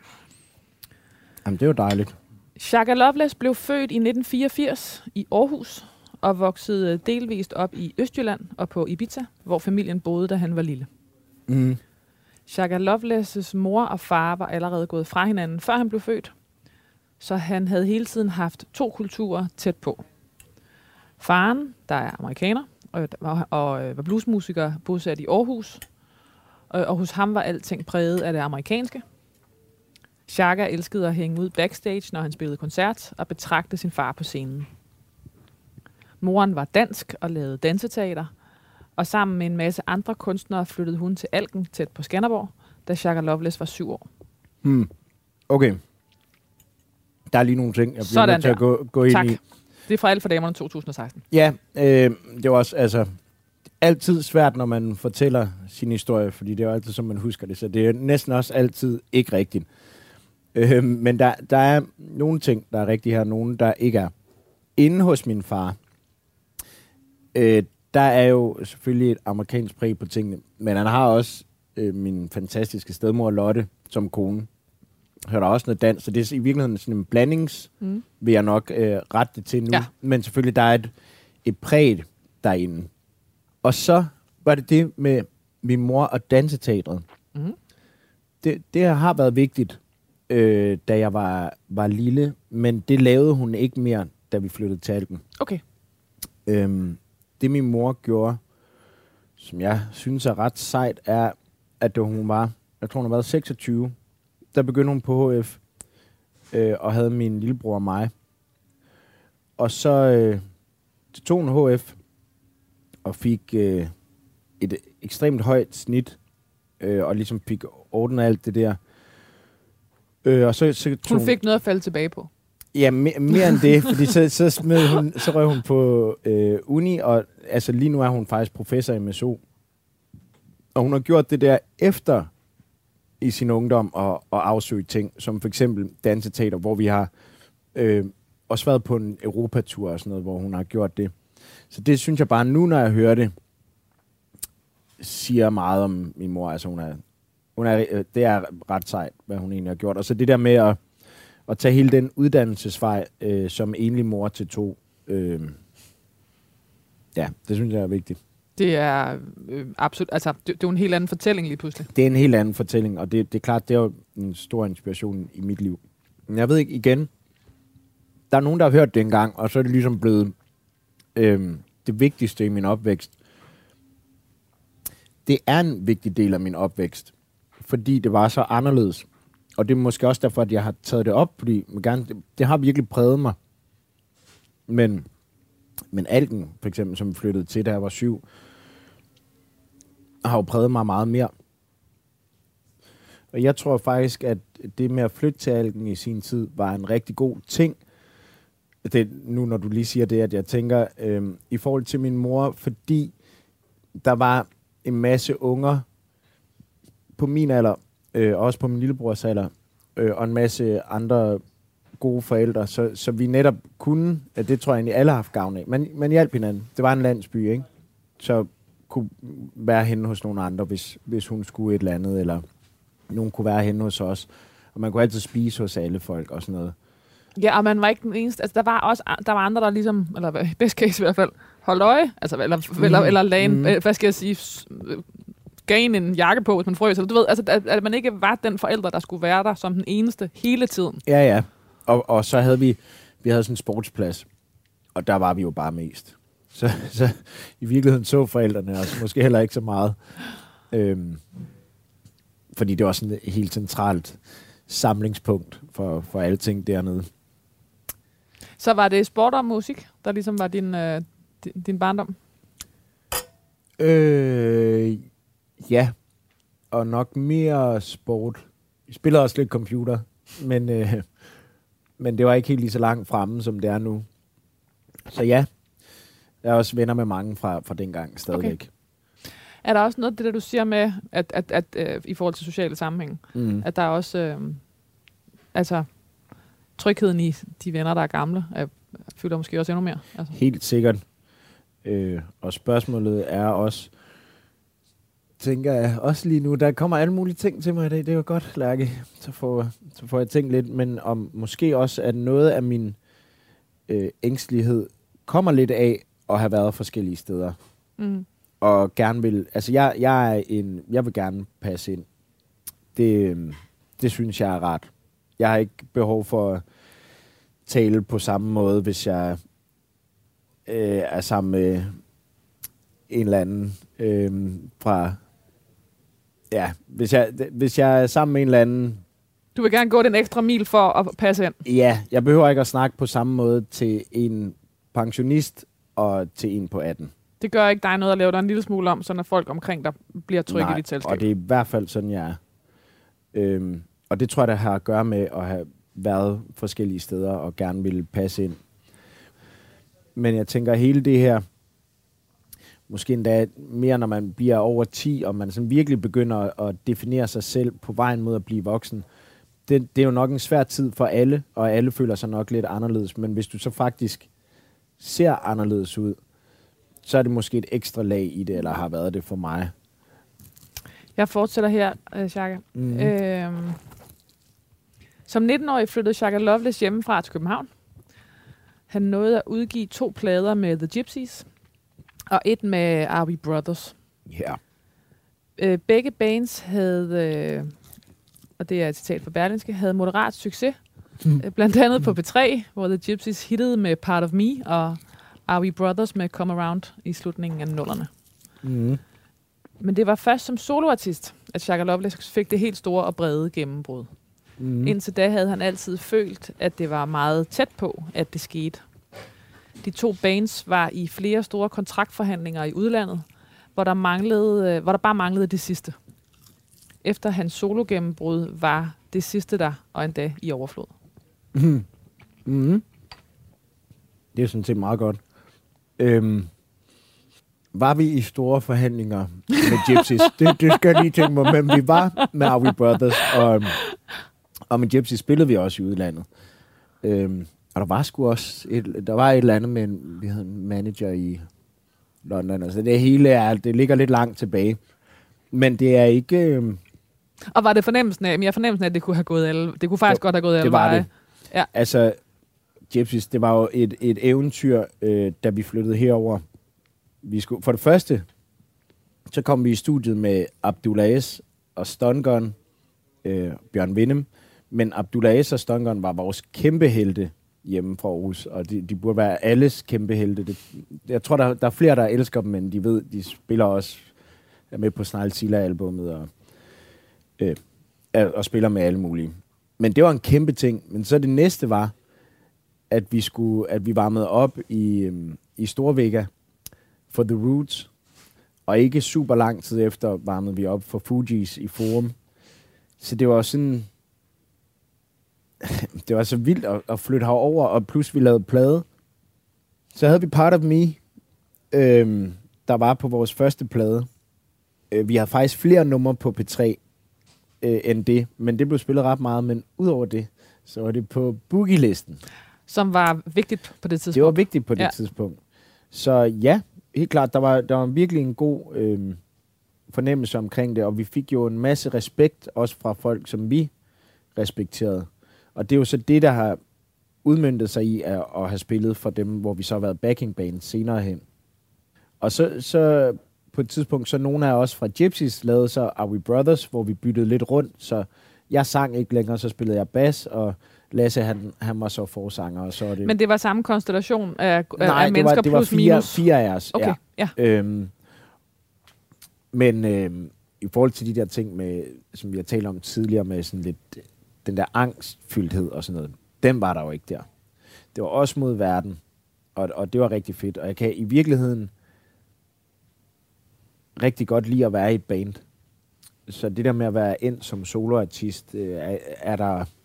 Jamen, det er jo dejligt. Shaka Loveless blev født i 1984 i Aarhus og voksede delvist op i Østjylland og på Ibiza, hvor familien boede, da han var lille. Shaka Loveless' mor og far var allerede gået fra hinanden, før han blev født, så han havde hele tiden haft 2 kulturer tæt på. Faren, der er amerikaner og var bluesmusiker, bosat i Aarhus, og hos ham var alting præget af det amerikanske. Shaka elskede at hænge ud backstage, når han spillede koncert, og betragte sin far på scenen. Moren var dansk og lavede danseteater, og sammen med en masse andre kunstnere flyttede hun til Alken, tæt på Skanderborg, da Shaka Loveless var 7 år. Okay. Der er lige nogle ting, jeg bliver nødt til at gå ind i. Det er fra Alt for damerne 2016. Ja, det var også altid svært, når man fortæller sin historie, fordi det er jo altid, som man husker det, så det er næsten også altid ikke rigtigt. Men der er nogle ting, der er rigtige her, nogle, der ikke er. Inde hos min far, der er jo selvfølgelig et amerikansk præg på tingene, men han har også min fantastiske stedmor Lotte som kone. Hører også noget dans, så det er i virkeligheden sådan en blandings, vil jeg nok rette det til nu. Ja. Men selvfølgelig, der er et præg derinde. Og så var det med min mor og danseteatret. Mm. Det har været vigtigt, da jeg var lille, men det lavede hun ikke mere, da vi flyttede til Alken. Okay. Det min mor gjorde, som jeg synes er ret sejt, er, at hun var, jeg tror hun har været 26, der begyndte hun på HF, og havde min lillebror og mig. Og så tog hun HF, og fik et ekstremt højt snit, og ligesom fik ordnet alt det der. Og så hun fik noget at falde tilbage på. Ja, mere end det, fordi så røg hun på uni, og altså lige nu er hun faktisk professor i MSO. Og hun har gjort det der efter i sin ungdom og afsøge ting, som for eksempel danseteater, hvor vi har også været på en Europatur og sådan noget, hvor hun har gjort det. Så det synes jeg bare nu, når jeg hører det, siger meget om min mor. Altså det er ret sejt, hvad hun egentlig har gjort. Og så det der med at tage hele den uddannelsesvej som enlig mor til 2, ja, det synes jeg er vigtigt. Det er absolut, altså det er jo en helt anden fortælling lige pludselig. Det er en helt anden fortælling, og det er klart, det er jo en stor inspiration i mit liv. Men jeg ved ikke, igen, der er nogen, der har hørt det engang, og så er det ligesom blevet det vigtigste i min opvækst. Det er en vigtig del af min opvækst, fordi det var så anderledes. Og det er måske også derfor, at jeg har taget det op, fordi det har virkelig præget mig. Men Alken, for eksempel, som vi flyttede til, da jeg var 7, har jo præget mig meget mere. Og jeg tror faktisk, at det med at flytte til Alken i sin tid, var en rigtig god ting. Det, nu når du lige siger det, at jeg tænker, i forhold til min mor, fordi der var en masse unger på min alder, også på min lillebrors alder, og en masse andre gode forældre, så vi netop kunne, det tror jeg egentlig alle har haft gavn af, men hjalp hinanden. Det var en landsby, ikke? Så kunne være henne hos nogle andre, hvis hun skulle et eller andet, eller nogen kunne være henne hos os. Og man kunne altid spise hos alle folk og sådan noget. Ja, og man var ikke den eneste. Altså, der var andre, der ligesom, eller i best case i hvert fald, holdt øje, altså, eller lagde en, hvad skal jeg sige, gav en jakke på, hvis man frøs. Du ved, altså, at man ikke var den forælder, der skulle være der som den eneste hele tiden. Ja. Og så havde vi havde sådan en sportsplads, og der var vi jo bare mest. Så i virkeligheden så forældrene også måske heller ikke så meget. Fordi det var sådan et helt centralt samlingspunkt for alle ting dernede. Så var det sport og musik, der ligesom var din barndom? Ja, og nok mere sport. Jeg spiller også lidt computer, men det var ikke helt lige så langt fremme, som det er nu. Så ja, jeg er også venner med mange fra dengang stadigvæk. Okay. Er der også noget af det, der du siger med, at i forhold til sociale sammenhæng, at der er også, altså, trygheden i de venner, der er gamle, fylder måske også endnu mere? Altså. Helt sikkert. Og spørgsmålet er også, tænker jeg også lige nu, der kommer alle mulige ting til mig i dag, det er jo godt, Lærke, så får jeg tænkt lidt, men om måske også, at noget af min ængstelighed kommer lidt af at have været forskellige steder. Mm. Og gerne vil, altså jeg vil gerne passe ind. Det synes jeg er rart. Jeg har ikke behov for at tale på samme måde, hvis jeg er sammen med en eller anden fra... Ja, hvis jeg er sammen med en eller anden... Du vil gerne gå den ekstra mil for at passe ind? Ja, jeg behøver ikke at snakke på samme måde til en pensionist og til en på 18. Det gør ikke dig noget at lave dig en lille smule om, så når folk omkring dig bliver trygge i dit selskab? Og det er i hvert fald sådan, jeg er. Og det tror jeg, der har at gøre med at have været forskellige steder og gerne ville passe ind. Men jeg tænker, hele det her, måske endda mere, når man bliver over 10, og man sådan virkelig begynder at definere sig selv på vejen mod at blive voksen, det er jo nok en svær tid for alle, og alle føler sig nok lidt anderledes. Men hvis du så faktisk ser anderledes ud, så er det måske et ekstra lag i det, eller har været det for mig. Jeg fortsætter her, Shaka. Som 19-årig flyttede Shaka Loveless hjemmefra til København. Han nåede at udgive 2 plader med The Gypsies, og 1 med Are We Brothers. Ja. Begge bands havde, og det er et citat fra Berlingske, havde moderat succes. Blandt andet på P3, hvor The Gypsies hittede med Part of Me, og Are We Brothers med Come Around i slutningen af 00'erne. Men det var først som soloartist, at Shaka Loveless fik det helt store og brede gennembrud. Indtil da havde han altid følt, at det var meget tæt på, at det skete. De 2 bands var i flere store kontraktforhandlinger i udlandet, hvor der bare manglede det sidste. Efter hans solo-gennembrud var det sidste der, og endda i overflod. Det er sådan set meget godt. Var vi i store forhandlinger med Gypsies? det skal jeg lige tænke mig, men vi var med Are We Brothers, og med Gypsies spillede vi også i udlandet. Og der var sgu også et eller andet med vi havde en manager i London. Altså det hele det ligger lidt langt tilbage. Men det er ikke... Og var det fornemmelsen af, at det kunne have gået det kunne faktisk godt have gået alle veje? Det. Ja. Altså, Gypsies, det var jo et eventyr, da vi flyttede herover. For det første, så kom vi i studiet med Abdulaziz og Stungun, Bjørn Vindem. Men Abdulaziz og Stungun var vores kæmpe helte hjemme fra Aarhus, og de burde være alles kæmpe helte. Jeg tror, der er flere, der elsker dem, men de ved, de spiller også er med på Snarl-Silla-albummet og spiller med alle mulige. Men det var en kæmpe ting. Men så det næste var, at vi varmede op i Storvega for The Roots, og ikke super lang tid efter varmede vi op for Fugees i Forum. Så det var sådan... Det var så vildt at flytte herover, og plus vi lavede plade. Så havde vi Part of Me, der var på vores første plade. Vi havde faktisk flere numre på P3 end det, men det blev spillet ret meget. Men udover det, så var det på Boogie-listen. Som var vigtigt på det tidspunkt. Det var vigtigt på det tidspunkt. Så ja, helt klart, der var virkelig en god fornemmelse omkring det, og vi fik jo en masse respekt, også fra folk, som vi respekterede. Og det er jo så det, der har udmøntet sig i at have spillet for dem, hvor vi så har været backing band senere hen. Og så på et tidspunkt, så nogle af os fra Gypsies lavede så Are We Brothers, hvor vi byttede lidt rundt, så jeg sang ikke længere, så spillede jeg bas, og Lasse, han var så forsanger, og så det... Men det var samme konstellation af mennesker det plus var fire af os. Okay, ja. Men i forhold til de der ting, med, som vi har talt om tidligere, med sådan lidt den der angstfyldthed og sådan noget, den var der jo ikke der. Det var også mod verden, og det var rigtig fedt. Og jeg kan i virkeligheden rigtig godt lide at være i et band. Så det der med at være ind som soloartist, er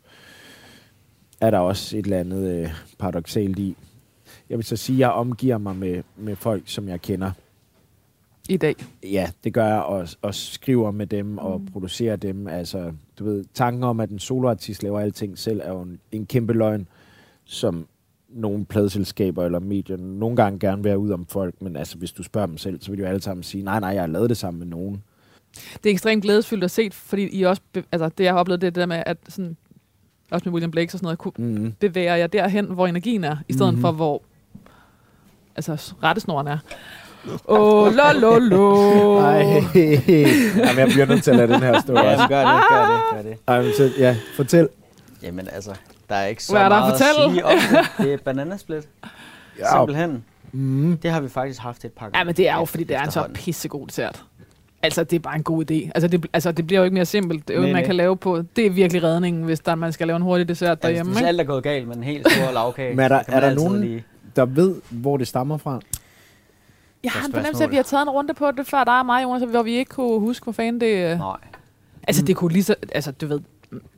der også et eller andet paradoksalt i. Jeg vil så sige, at jeg omgiver mig med folk, som jeg kender. I dag? Ja, det gør jeg, og skriver med dem og producerer dem. Altså, du ved, tanken om, at en soloartist laver alting selv, er jo en kæmpe løgn, som nogle pladeselskaber eller medier nogle gange gerne vil have ud om folk, men altså, hvis du spørger dem selv, så vil de jo alle sammen sige, nej, jeg har lavet det sammen med nogen. Det er ekstremt glædesfyldt at se, fordi I også, altså det jeg har oplevet, det der med, at sådan, også med William Blake og sådan noget, bevæger jeg derhen, hvor energien er, i stedet for, hvor altså rettesnoren er. Lololo. Jamen, jeg bliver nødt til at lade den her stå. Ja, gør det. Ej, så, ja, fortæl. Jamen altså, der er ikke så meget at sige om det. Det er Bananasplit. Ja. Simpelthen. Det har vi faktisk haft et par gange. Ja, men det er jo, fordi det er en så pissegod dessert. Altså, det er bare en god idé. Altså, det bliver jo ikke mere simpelt. Det, man kan lave på. Det er virkelig redningen, hvis man skal lave en hurtig dessert derhjemme. Hvis alt er gået galt med en helt stor lavkage. Men er der nogen, der ved, hvor det stammer fra? Jeg har en fornemmelse af, at vi har taget en runde på det før dig og mig, Jonas, hvor vi ikke kunne huske, hvor fanden det... Nej. Altså, det kunne lige så... Altså, du ved...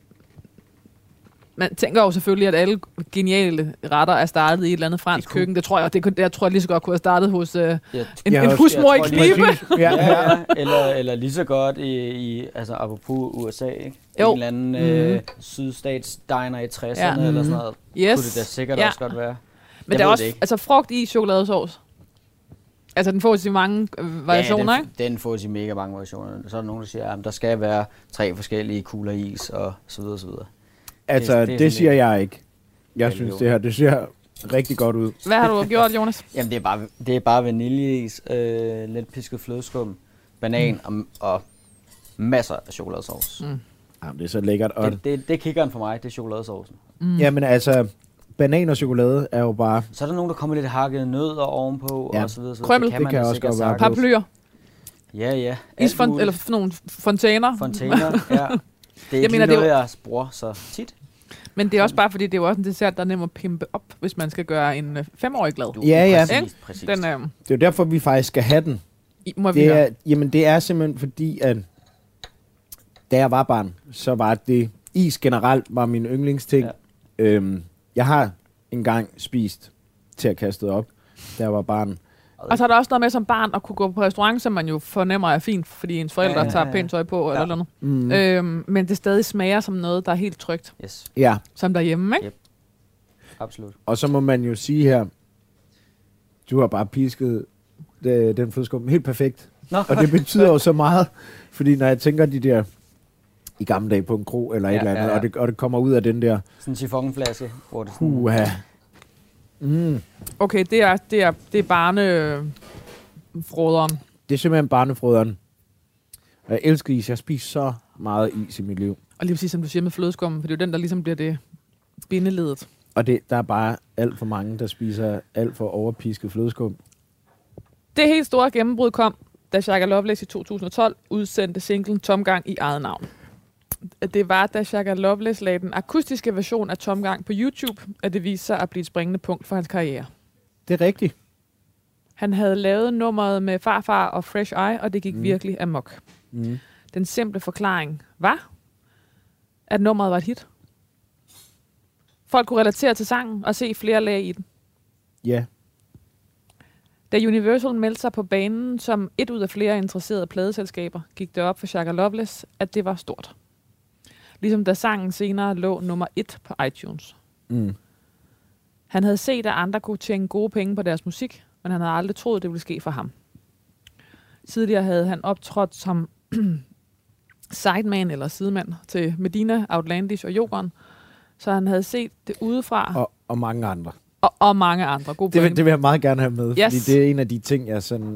Man tænker jo selvfølgelig, at alle geniale retter er startet i et eller andet fransk køkken. Det tror jeg lige så godt kunne have startet hos en husmor i Knibe. Eller lige så godt i altså apropos USA, ikke? En eller anden sydstats diner i 60'erne eller sådan noget. Yes. Kunne det da sikkert også godt være. Men der er også altså frugt i chokoladesauce. Altså, den får sig mange variationer, ikke? Den får sig mega mange variationer. Så er der nogen, der siger, at der skal være 3 forskellige kugler is, og så videre, så videre. Altså, det siger jeg ikke. Jeg synes, det ser rigtig godt ud. Hvad har du gjort, Jonas? Jamen, det er bare vaniljeis, lidt pisket flødeskum, banan og masser af chokoladesauce. Jamen, det er så lækkert. Det er kickeren for mig, det er chokoladesaucen. Jamen, altså, banan og chokolade er jo bare... Så er der nogen, der kommer lidt hakket nødder ovenpå, og så videre. Krømmel. Det kan også godt være. Paraplyer. Ja. Eller nogle fontæner. Fontæner, ja. Det er ikke noget, jeg bruger så tit. Men det er også bare, fordi det er jo også en dessert, der er nem at pimpe op, hvis man skal gøre en 5-årig glad. Ja. Præcis. Den, det er jo derfor, vi faktisk skal have den. Det er simpelthen fordi, at da jeg var barn, så var det is generelt var min yndlingsting. Ja. Jeg har engang spist til at kaste op, da jeg var barn. Og så er der også noget med som barn at kunne gå på restaurant, som man jo fornemmer er fint, fordi ens forældre tager pænt tøj på eller noget. Men det stadig smager som noget, der er helt trygt. Yes. Ja. Som derhjemme, ikke? Yep. Absolut. Og så må man jo sige her, du har bare pisket den flødeskum helt perfekt. Og det betyder jo så meget, fordi når jeg tænker de der i gamle dage på en kro eller et eller andet, og det kommer ud af den der... Sådan en chiffonflaske, hvor det sådan... Okay, det er barnefroderen. Det er simpelthen barnefroderen. Og jeg elsker is. Jeg spiser så meget is i mit liv. Og lige præcis som du siger med flødeskummen, for det er jo den, der ligesom bliver det bindeledet. Og der er bare alt for mange, der spiser alt for overpisket flødeskum. Det helt store gennembrud kom, da Shaka Loveless i 2012 udsendte singlen Tomgang i eget navn. Det var, da Shaka Loveless lagde den akustiske version af Tomgang på YouTube, at det viste sig at blive et springende punkt for hans karriere. Det er rigtigt. Han havde lavet nummeret med Farfar og Fresh Eye, og det gik virkelig amok. Den simple forklaring var, at nummeret var et hit. Folk kunne relatere til sangen og se flere lag i den. Ja. Da Universal meldte sig på banen som et ud af flere interesserede pladeselskaber, gik det op for Shaka Loveless, at det var stort. Ligesom da sangen senere lå nummer 1 på iTunes. Han havde set, at andre kunne tjene gode penge på deres musik, men han havde aldrig troet, det ville ske for ham. Tidligere havde han optrådt som sideman eller sidemand til Medina, Outlandish og Jokeren, så han havde set det udefra. Og mange andre. Og mange andre. God det vil jeg meget gerne have med, yes. Fordi det er en af de ting, jeg sådan,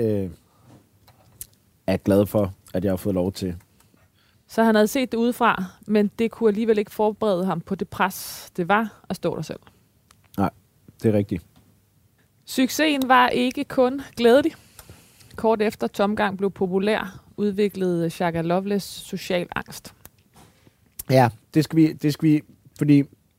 er glad for, at jeg har fået lov til. Så han havde set det udefra, men det kunne alligevel ikke forberede ham på det pres, det var at stå der selv. Nej, det er rigtigt. Succesen var ikke kun glædelig. Kort efter Tomgang blev populær, udviklede Shaka Loveless social angst. Ja, det skal vi fordi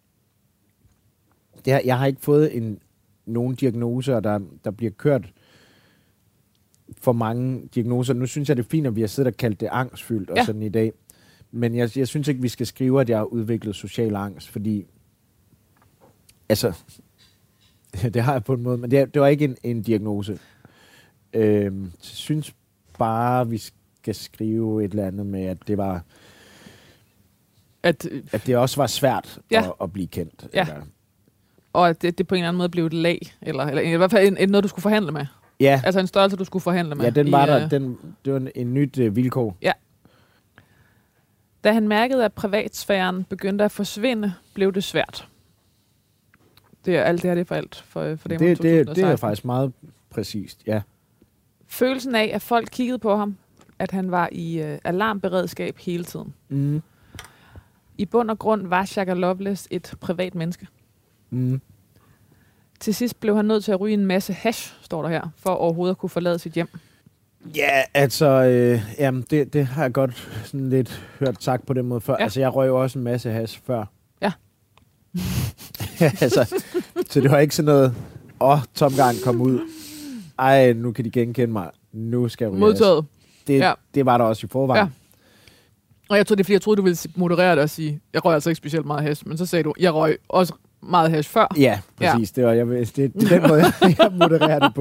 jeg har ikke fået nogen diagnoser, der bliver kørt for mange diagnoser. Nu synes jeg, det er fint, at vi har siddet og kaldt det angstfyldt og sådan i dag. Men jeg synes ikke, vi skal skrive, at jeg har udviklet social angst, fordi altså, det har jeg på en måde, men det var ikke en diagnose. Jeg synes bare, vi skal skrive et eller andet med, at det var at det også var svært at blive kendt. Ja. Eller. Og at det på en eller anden måde blev et lag, eller i hvert fald noget, du skulle forhandle med. Ja. Altså en størrelse, du skulle forhandle med. Ja, den var der. Det var en nyt vilkår. Ja. Da han mærkede, at privatsfæren begyndte at forsvinde, blev det svært. Det er alt det her, det er for alt for dem. Det er faktisk meget præcist, ja. Følelsen af, at folk kiggede på ham, at han var i alarmberedskab hele tiden. I bund og grund var Shaka Loveless et privat menneske. Til sidst blev han nødt til at ryge en masse hash, står der her, for overhovedet at kunne forlade sit hjem. Ja, altså, jamen, det har jeg godt sådan lidt hørt sagt på den måde før. Ja. Altså, jeg røg jo også en masse hash før. Ja. Altså, så det var ikke sådan noget, Tomgang kom ud. Ej, nu kan de genkende mig. Nu skal jeg ryge modtaget. Det var der også i forvejen. Ja. Og jeg tror, det er fordi, jeg troede, du ville moderere det og sige, jeg røg altså ikke specielt meget hash, men så sagde du, jeg røg også meget hash før. Ja, præcis. Ja. Det er den måde, jeg modererer det på.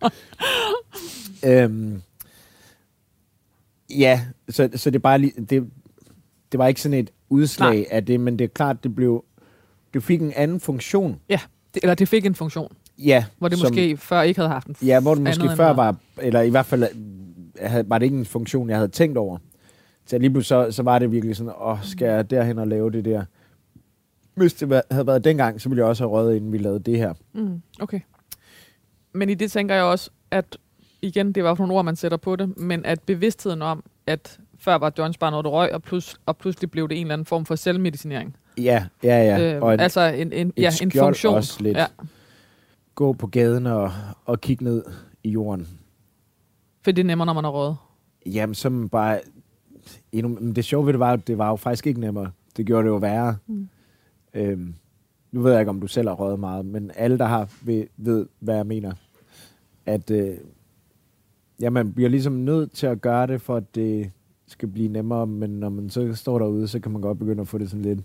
Ja, så det er bare det var ikke sådan et udslag af det, men det er klart, det fik en anden funktion. Ja, det fik en funktion. Ja. Hvor det måske før ikke havde haft en ja, hvor det måske før var, eller i hvert fald var det ikke en funktion, jeg havde tænkt over. Så lige pludselig så var det virkelig sådan, skal jeg derhen og lave det der? Hvis det havde været dengang, så ville jeg også have røget, inden vi lavede det her. Okay. Men i det tænker jeg også, at igen, det var nogle ord, man sætter på det, men at bevidstheden om, at før var joints bare noget, du røg, og pludselig blev det en eller anden form for selvmedicinering. Ja. Og altså en funktion. Også lidt. Ja. Gå på gaden og kigge ned i jorden. For det er nemmere, når man har røget. Jamen, så bare... Det sjove ved det var jo faktisk ikke nemmere. Det gjorde det jo værre. Nu ved jeg ikke, om du selv har røget meget, men alle, der har, ved hvad jeg mener. At man bliver ligesom nødt til at gøre det, for at det skal blive nemmere, men når man så står derude, så kan man godt begynde at få det sådan lidt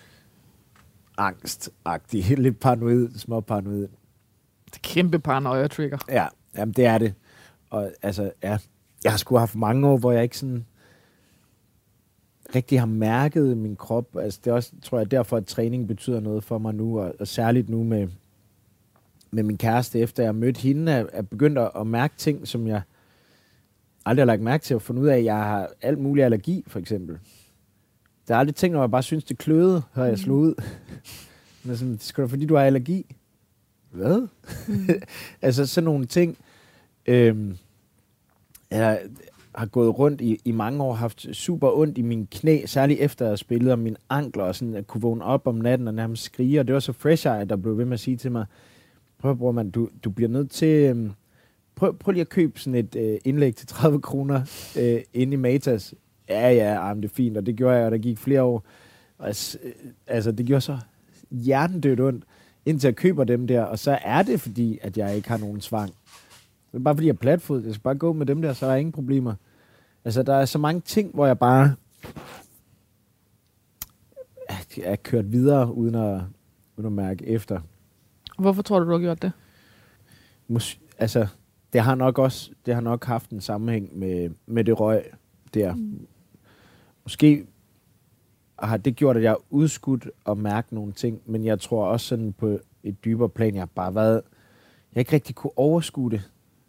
angstagtigt, lidt paranoid, småparanoid. Det er kæmpe paranoia-trigger. Ja, jamen det er det. Og altså, ja, jeg har sgu haft mange år, hvor jeg ikke sådan rigtig har mærket min krop. Altså det er også, tror jeg, derfor, at træning betyder noget for mig nu, og særligt nu med min kæreste, efter jeg mødte hende, er begyndt at mærke ting, som jeg aldrig har lagt mærke til, at finde ud af, at jeg har alt mulig allergi, for eksempel. Der er aldrig ting, når jeg bare synes, det kløede, har jeg slået ud. Men sådan, det skal da fordi, du har allergi. Hvad? Altså sådan nogle ting. Jeg har gået rundt i mange år, haft super ondt i mine knæ, særligt efter at spille om mine ankler, og sådan at kunne vågne op om natten og nærmest skrige. Og det var så Fresh Eye, der blev ved med at sige til mig, prøv bror mand, du bliver nødt til... Prøv lige at købe sådan et indlæg til 30 kroner inde i Matas. Ja, det er fint, og det gjorde jeg, og der gik flere år. Og, altså, det gjorde så hjernedødt ondt, indtil jeg køber dem der, og så er det fordi, at jeg ikke har nogen svang. Det er bare fordi, jeg er platfod. Jeg skal bare gå med dem der, så er der ingen problemer. Altså, der er så mange ting, hvor jeg bare er kørt videre, uden at mærke efter. Hvorfor tror du har gjort det? Altså, det har nok haft en sammenhæng med det røg der. Måske har det gjort, at jeg har udskudt at mærke nogle ting, men jeg tror også sådan på et dybere plan, jeg har ikke rigtig kunne overskue det.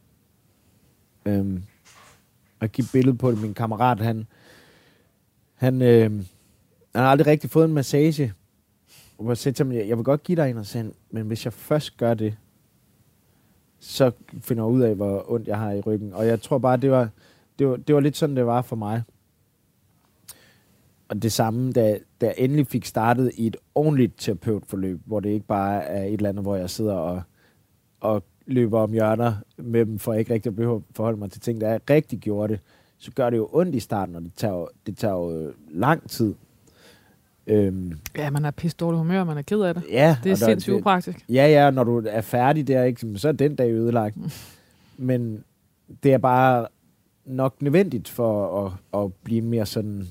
Og give billede på det. Min kammerat, han har aldrig rigtig fået en massage. Og jeg sagde til ham, jeg vil godt give dig en, og sagde, men hvis jeg først gør det, så finder jeg ud af, hvor ondt jeg har i ryggen. Og jeg tror bare, det var lidt sådan, det var for mig. Og det samme, da jeg endelig fik startet i et ordentligt terapeutforløb, hvor det ikke bare er et eller andet, hvor jeg sidder og løber om hjørner med dem, for ikke rigtig at behøve at forholde mig til ting, der er rigtig gjort det, så gør det jo ondt i starten, og det tager jo lang tid. Ja, man er pisse dårlig humør, man er ked af det. Ja, det er sindssygt upraktisk. Ja, når du er færdig der, ikke, så er den dag ødelagt. Men det er bare nok nødvendigt for at blive mere sådan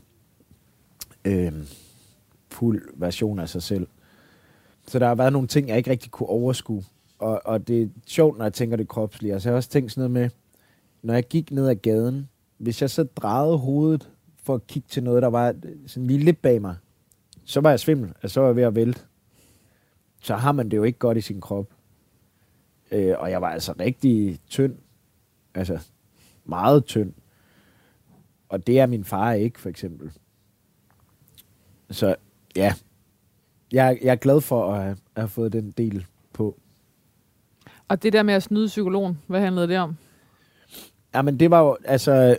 fuld version af sig selv. Så der har været nogle ting, jeg ikke rigtig kunne overskue. Og det er sjovt, når jeg tænker det kropslige. Altså jeg har også tænkt sådan noget med, når jeg gik ned ad gaden, hvis jeg så drejede hovedet for at kigge til noget, der var sådan lige lidt bag mig, så var jeg svimmel, og så var jeg ved at vælte. Så har man det jo ikke godt i sin krop. Og jeg var altså rigtig tynd. Altså meget tynd. Og det er min far ikke, for eksempel. Så ja, jeg er glad for at have fået den del på. Og det der med at snyde psykologen, hvad handlede det om? Jamen det var jo altså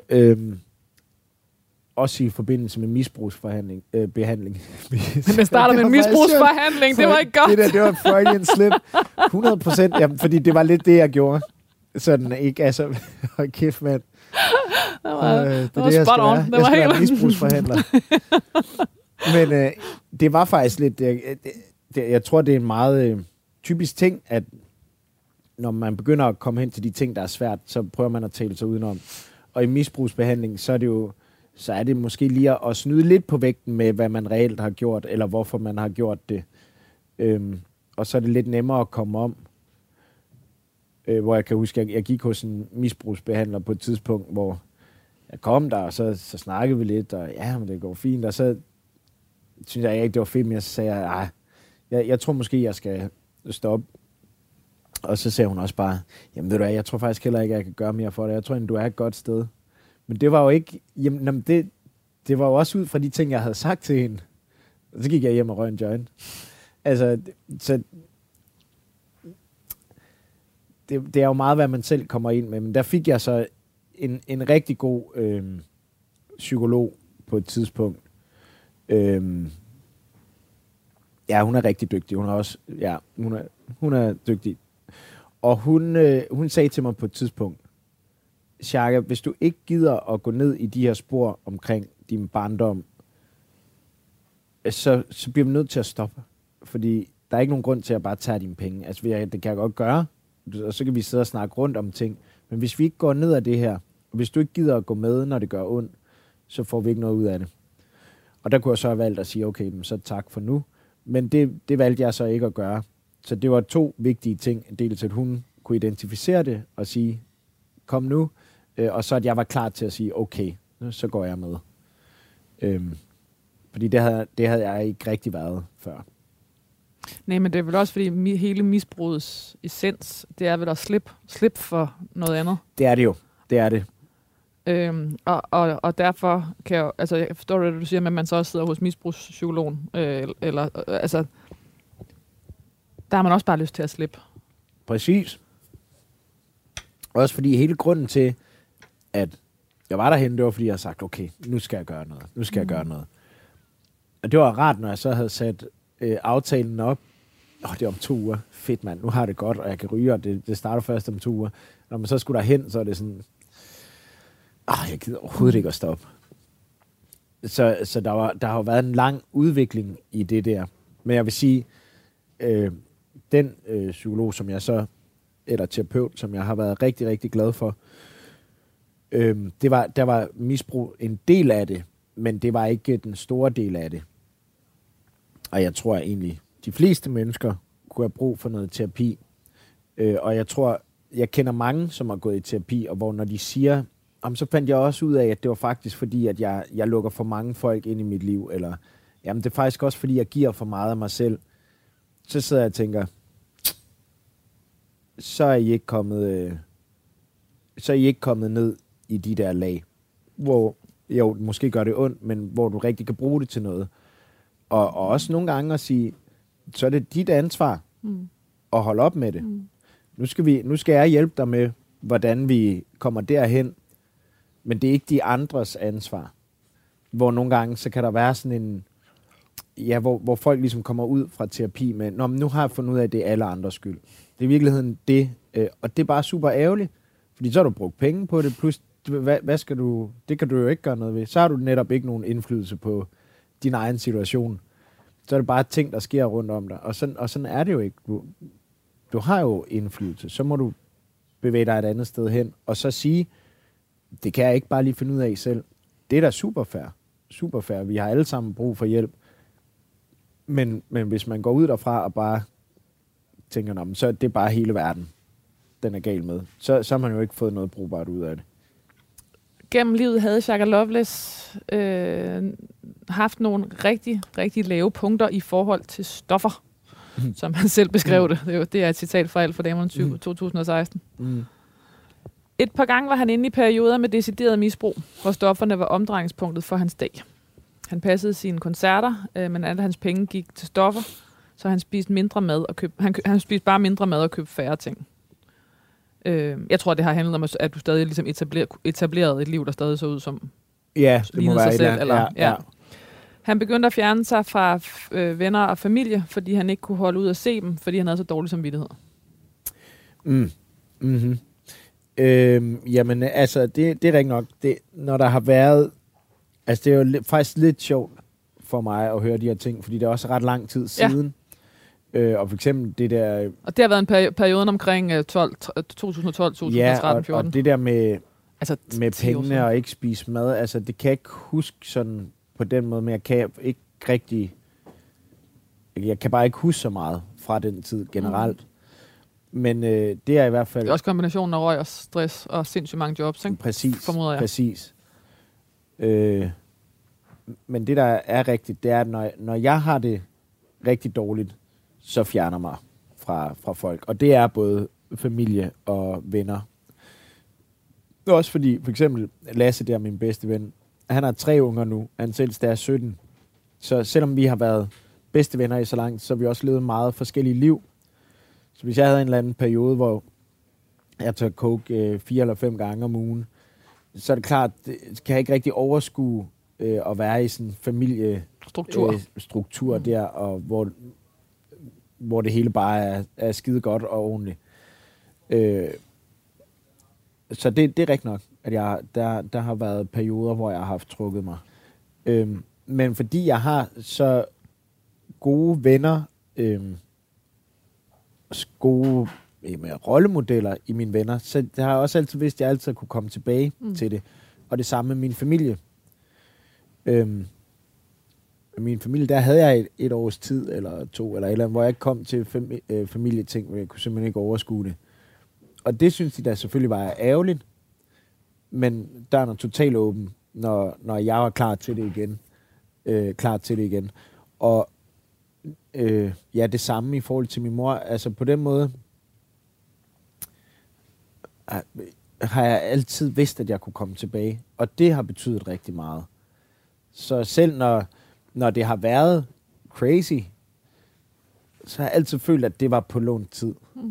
også i forbindelse med misbrugsbehandling. Det starter med en misbrugsforhandling, det var ikke godt. Det var en Freudian slip. 100%, jamen, fordi det var lidt det, jeg gjorde. Sådan ikke, altså, hold kæft, mand. Det var spot on. Det var helt misbrugsforhandler. Men det var faktisk lidt, jeg tror, det er en meget typisk ting, at når man begynder at komme hen til de ting, der er svært, så prøver man at tale sig udenom. Og i misbrugsbehandling, så er det måske lige at snyde lidt på vægten med, hvad man reelt har gjort, eller hvorfor man har gjort det. Og så er det lidt nemmere at komme om. Hvor jeg kan huske, at jeg gik hos en misbrugsbehandler på et tidspunkt, hvor jeg kom der, og så snakkede vi lidt, og ja, men det går fint. Og så synes jeg ikke, det var fedt, men så sagde jeg tror måske, jeg skal stoppe. Og så sagde hun også bare, jamen ved du hvad, jeg tror faktisk heller ikke, at jeg kan gøre mere for dig. Jeg tror egentlig, du er et godt sted. Men det var jo ikke, jamen det var jo også ud fra de ting, jeg havde sagt til hende. Og så gik jeg hjem og røg en joint. Altså, så det er jo meget, hvad man selv kommer ind med. Men der fik jeg så en rigtig god psykolog på et tidspunkt. Ja, hun er rigtig dygtig. Hun er også, ja, hun er dygtig. Og hun sagde til mig på et tidspunkt, Shaka, hvis du ikke gider at gå ned i de her spor omkring din barndom, så bliver vi nødt til at stoppe. Fordi der er ikke nogen grund til at bare tage dine penge. Altså, det kan jeg godt gøre, og så kan vi sidde og snakke rundt om ting. Men hvis vi ikke går ned af det her, og hvis du ikke gider at gå med, når det gør ondt, så får vi ikke noget ud af det. Og der kunne jeg så have valgt at sige, okay, så tak for nu. Men det valgte jeg så ikke at gøre. Så det var 2 vigtige ting. Dels at hun kunne identificere det og sige, kom nu. Og så at jeg var klar til at sige, okay, så går jeg med. Fordi det havde jeg ikke rigtig været før. Nej, men det er vel også, fordi hele misbrugets essens, det er vel at slippe for noget andet. Det er det jo. Det er det. Og derfor kan jeg, altså jeg forstår det, du siger, men man så også sidder hos misbrugspsykologen, altså der har man også bare lyst til at slippe. Præcis. Også fordi hele grunden til, at jeg var derhen, det var fordi jeg havde sagt, okay, nu skal jeg gøre noget. Nu skal jeg gøre noget. Og det var rart, når jeg så havde sat aftalen op. Det er om 2 uger. Fedt, mand. Nu har jeg det godt, og jeg kan ryge, og det starter først om 2 uger. Når man så skulle derhen, så er det sådan, jeg gider overhovedet ikke at stoppe. Så der har jo været en lang udvikling i det der. Men jeg vil sige, den psykolog, som jeg så, eller terapeut, som jeg har været rigtig, rigtig glad for, der var misbrug en del af det, men det var ikke den store del af det. Og jeg tror egentlig, de fleste mennesker kunne have brug for noget terapi. Og jeg kender mange, som har gået i terapi, og hvor når de siger, så fandt jeg også ud af, at det var faktisk fordi, at jeg lukker for mange folk ind i mit liv, eller jamen det er faktisk også fordi, jeg giver for meget af mig selv. Så sidder jeg og tænker, så er I ikke kommet ned i de der lag, hvor jo, måske gør det ondt, men hvor du rigtig kan bruge det til noget. Og også nogle gange at sige, så er det dit ansvar at holde op med det. Nu skal jeg hjælpe dig med, hvordan vi kommer derhen, men det er ikke de andres ansvar. Hvor nogle gange, så kan der være sådan en, ja, hvor folk ligesom kommer ud fra terapi med, nu har jeg fundet ud af, at det er alle andres skyld. Det er i virkeligheden det, og det er bare super ærgerligt, fordi så har du brugt penge på det, plus, hvad skal du, det kan du jo ikke gøre noget ved. Så har du netop ikke nogen indflydelse på din egen situation. Så er det bare ting, der sker rundt om dig. Og sådan er det jo ikke. Du har jo indflydelse. Så må du bevæge dig et andet sted hen, og så sige, det kan jeg ikke bare lige finde ud af selv. Det er da super fair. Super fair. Vi har alle sammen brug for hjælp. Men hvis man går ud derfra og bare tænker, så er det bare hele verden, den er gal med. Så har man jo ikke fået noget brugbart ud af det. Gennem livet havde Shaka Loveless haft nogle rigtig, rigtig lave punkter i forhold til stoffer, som han selv beskrev det. Det er et citat fra Alt for damerne 2016. Et par gange var han inde i perioder med decideret misbrug, hvor stofferne var omdrejningspunktet for hans dag. Han passede sine koncerter, men alle hans penge gik til stoffer, så han spiste mindre mad og han spiste bare mindre mad og købte færre ting. Jeg tror, det har handlet om, at du stadig ligesom etablerede et liv, der stadig så ud som det må være sig selv. Ja. Han begyndte at fjerne sig fra venner og familie, fordi han ikke kunne holde ud at se dem, fordi han havde så dårlig samvittighed. Jamen, altså, det er rigtig nok. Når der har været, altså det er jo faktisk lidt sjovt for mig at høre de her ting, fordi det er også ret lang tid siden. Og for eksempel det der... Og det har været en periode omkring 2012, 2013, ja, 14. og det der med, altså, med pengene og ikke spise mad, altså det kan jeg ikke huske sådan på den måde, men jeg kan ikke rigtig... Jeg kan bare ikke huske så meget fra den tid generelt. Men det er i hvert fald... Det er også kombinationen af røg og stress og sindssygt mange jobs, ikke? Præcis. Men det, der er rigtigt, det er, at når jeg har det rigtig dårligt, så fjerner mig fra folk. Og det er både familie og venner. Også fordi, for eksempel, Lasse, der er min bedste ven, han har 3 unger nu, han selv er 17. Så selvom vi har været bedste venner i så langt, så har vi også levet meget forskellige liv. Så hvis jeg havde en eller anden periode, hvor jeg tager coke 4 eller 5 gange om ugen, så er det klart, det kan jeg ikke rigtig overskue at være i sådan en familiestruktur der, og hvor det hele bare er skide godt og ordentligt. Så det er rigtigt nok, at der har været perioder, hvor jeg har haft trukket mig. Men fordi jeg har så gode venner, gode rollemodeller i mine venner, så det har jeg også altid vidst, at jeg altid kunne komme tilbage til det. Og det samme med min familie. Min familie, der havde jeg et års tid, eller 2, eller et eller andet, hvor jeg ikke kom til familieting, hvor jeg kunne simpelthen ikke overskue det. Og det synes de da selvfølgelig var ærgerligt, men der er noget totalt åben, når jeg var klar til det igen. Og ja, det samme i forhold til min mor. Altså på den måde har jeg altid vidst, at jeg kunne komme tilbage. Og det har betydet rigtig meget. Så selv når det har været crazy, så har jeg altid følt, at det var på lånt tid.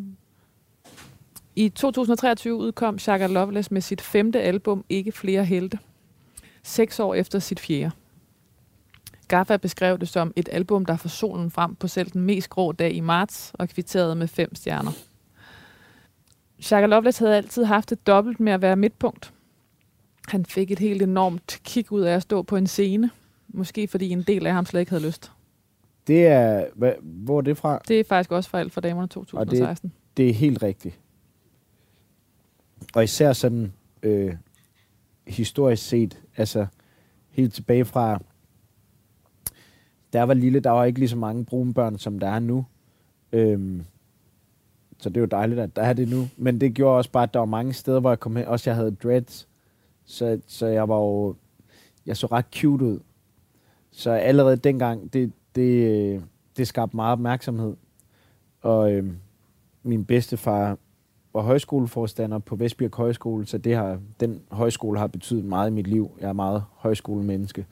I 2023 udkom Shaka Loveless med sit 5. album, Ikke flere helte. 6 år efter sit 4. Gaffa beskrev det som et album, der får solen frem på selv den mest grå dag i marts, og kvitterede med 5 stjerner. Shaka Loveless havde altid haft et dobbelt med at være midtpunkt. Han fik et helt enormt kick ud af at stå på en scene. Måske fordi en del af ham slet ikke havde lyst. Det er... Hvor er det fra? Det er faktisk også fra Alt for damerne 2016. Og det er helt rigtigt. Og især sådan historisk set, altså helt tilbage fra... Da jeg var lille, der var ikke lige så mange brune børn, som der er nu. Så det er jo dejligt, at der er det nu. Men det gjorde også bare, at der var mange steder, hvor jeg kom hen. Også jeg havde dreads. Så jeg var jo... Jeg så ret cute ud. Så allerede dengang, det skabte meget opmærksomhed. Og min bedstefar var højskoleforstander på Vestbirk Højskole, så den højskole har betydet meget i mit liv. Jeg er meget højskolemenneske.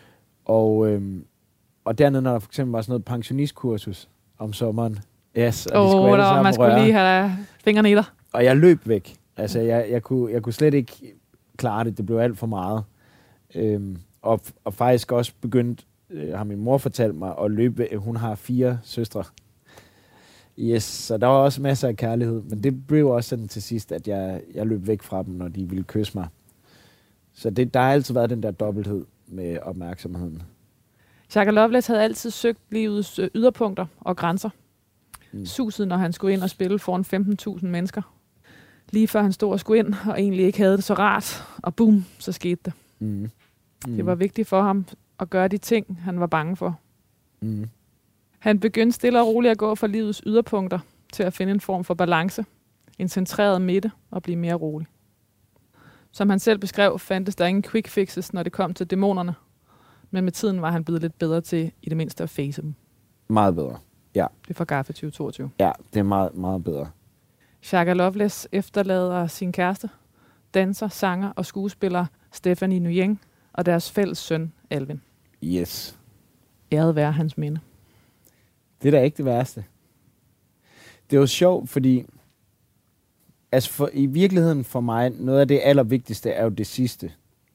Og dernede, når der for eksempel var sådan noget pensionistkursus om sommeren. Yes, og man skulle lige have fingrene i dig. Og jeg løb væk. Altså, jeg kunne slet ikke klare det. Det blev alt for meget. Og faktisk også begyndt, har min mor fortalt mig, at løbe. Hun har 4 søstre. Yes, så der var også masser af kærlighed. Men det blev også sådan til sidst, at jeg løb væk fra dem, når de ville kysse mig. Så der har altid været den der dobbelthed med opmærksomheden. Shaka Loveless havde altid søgt livets yderpunkter og grænser. Suset, når han skulle ind og spille foran 15.000 mennesker. Lige før han stod og skulle ind, og egentlig ikke havde det så rart. Og boom, så skete det. Det var vigtigt for ham at gøre de ting, han var bange for. Han begyndte stille og roligt at gå fra livets yderpunkter til at finde en form for balance, en centreret midte og blive mere rolig. Som han selv beskrev, fandtes der ingen quick fixes, når det kom til dæmonerne. Men med tiden var han blevet lidt bedre til i det mindste at face dem. Meget bedre, ja. Det er fra Gaffa 2022. Ja, det er meget, meget bedre. Shaka Loveless efterlader sin kæreste, danser, sanger og skuespiller Stephanie Nguyen og deres fælles søn, Alvin. Yes. Æret være hans minde. Det er da ikke det værste. Det er jo sjovt, fordi altså i virkeligheden for mig, noget af det allervigtigste er jo det sidste.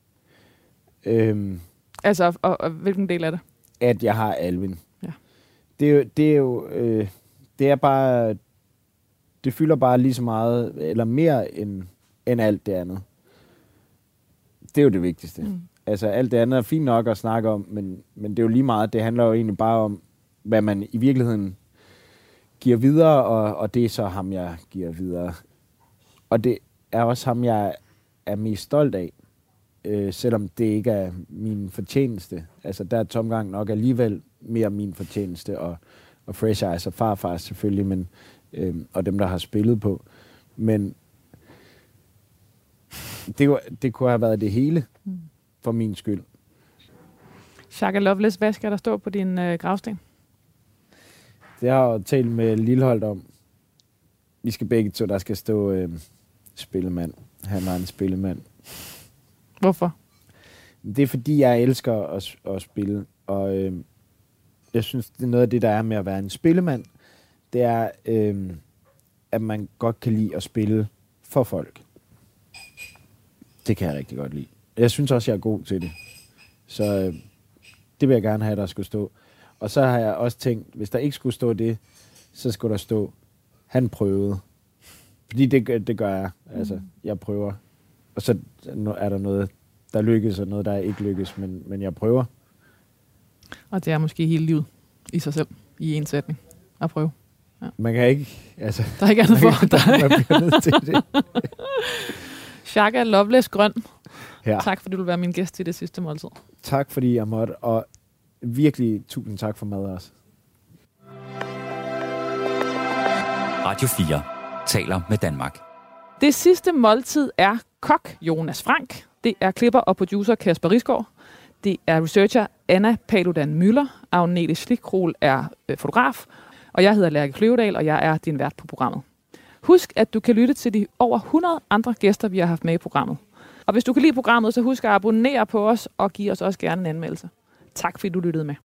Altså, og hvilken del af det? At jeg har Alvin. Ja. Det er bare, det fylder bare lige så meget, eller mere end alt det andet. Det er jo det vigtigste. Altså alt det andet er fint nok at snakke om, men det er jo lige meget, det handler jo egentlig bare om, hvad man i virkeligheden giver videre, og det er så ham, jeg giver videre. Og det er også ham, jeg er mest stolt af, selvom det ikke er min fortjeneste. Altså der er Tom Gang nok alligevel mere min fortjeneste, og Fresh Eyes og Farfar selvfølgelig, men, og dem, der har spillet på. Men det kunne have været det hele for min skyld. Shaka Loveless, hvad skal der stå på din gravsten? Det har jeg talt med Lilleholdt om. Vi skal begge to, der skal stå spillemand. Han er en spillemand. Hvorfor? Det er fordi, jeg elsker at spille, og jeg synes, det er noget af det, der er med at være en spillemand, det er, at man godt kan lide at spille for folk. Det kan jeg rigtig godt lide. Jeg synes også, jeg er god til det. Så det vil jeg gerne have, der skulle stå. Og så har jeg også tænkt, hvis der ikke skulle stå det, så skulle der stå, han prøvede. Fordi det gør jeg. Altså, jeg prøver. Og så er der noget, der lykkes, og noget, der ikke lykkes, men jeg prøver. Og det er måske hele livet i sig selv, i en sætning, at prøve. Ja. Man kan ikke, altså... Der er ikke andet for dig. Man bliver nødt til det. Shaka Loveless Grøn. Ja. Tak, fordi du vil være min gæst i det sidste måltid. Tak, fordi jeg måtte, og virkelig tusind tak for mad også. Radio 4 taler med Danmark. Det sidste måltid er kok Jonas Frank. Det er klipper og producer Kasper Risgaard. Det er researcher Anna Paludan Møller. Agnete Schlickrohl er fotograf. Og jeg hedder Lærke Kløvedal, og jeg er din vært på programmet. Husk, at du kan lytte til de over 100 andre gæster, vi har haft med i programmet. Og hvis du kan lide programmet, så husk at abonnere på os og give os også gerne en anmeldelse. Tak fordi du lyttede med.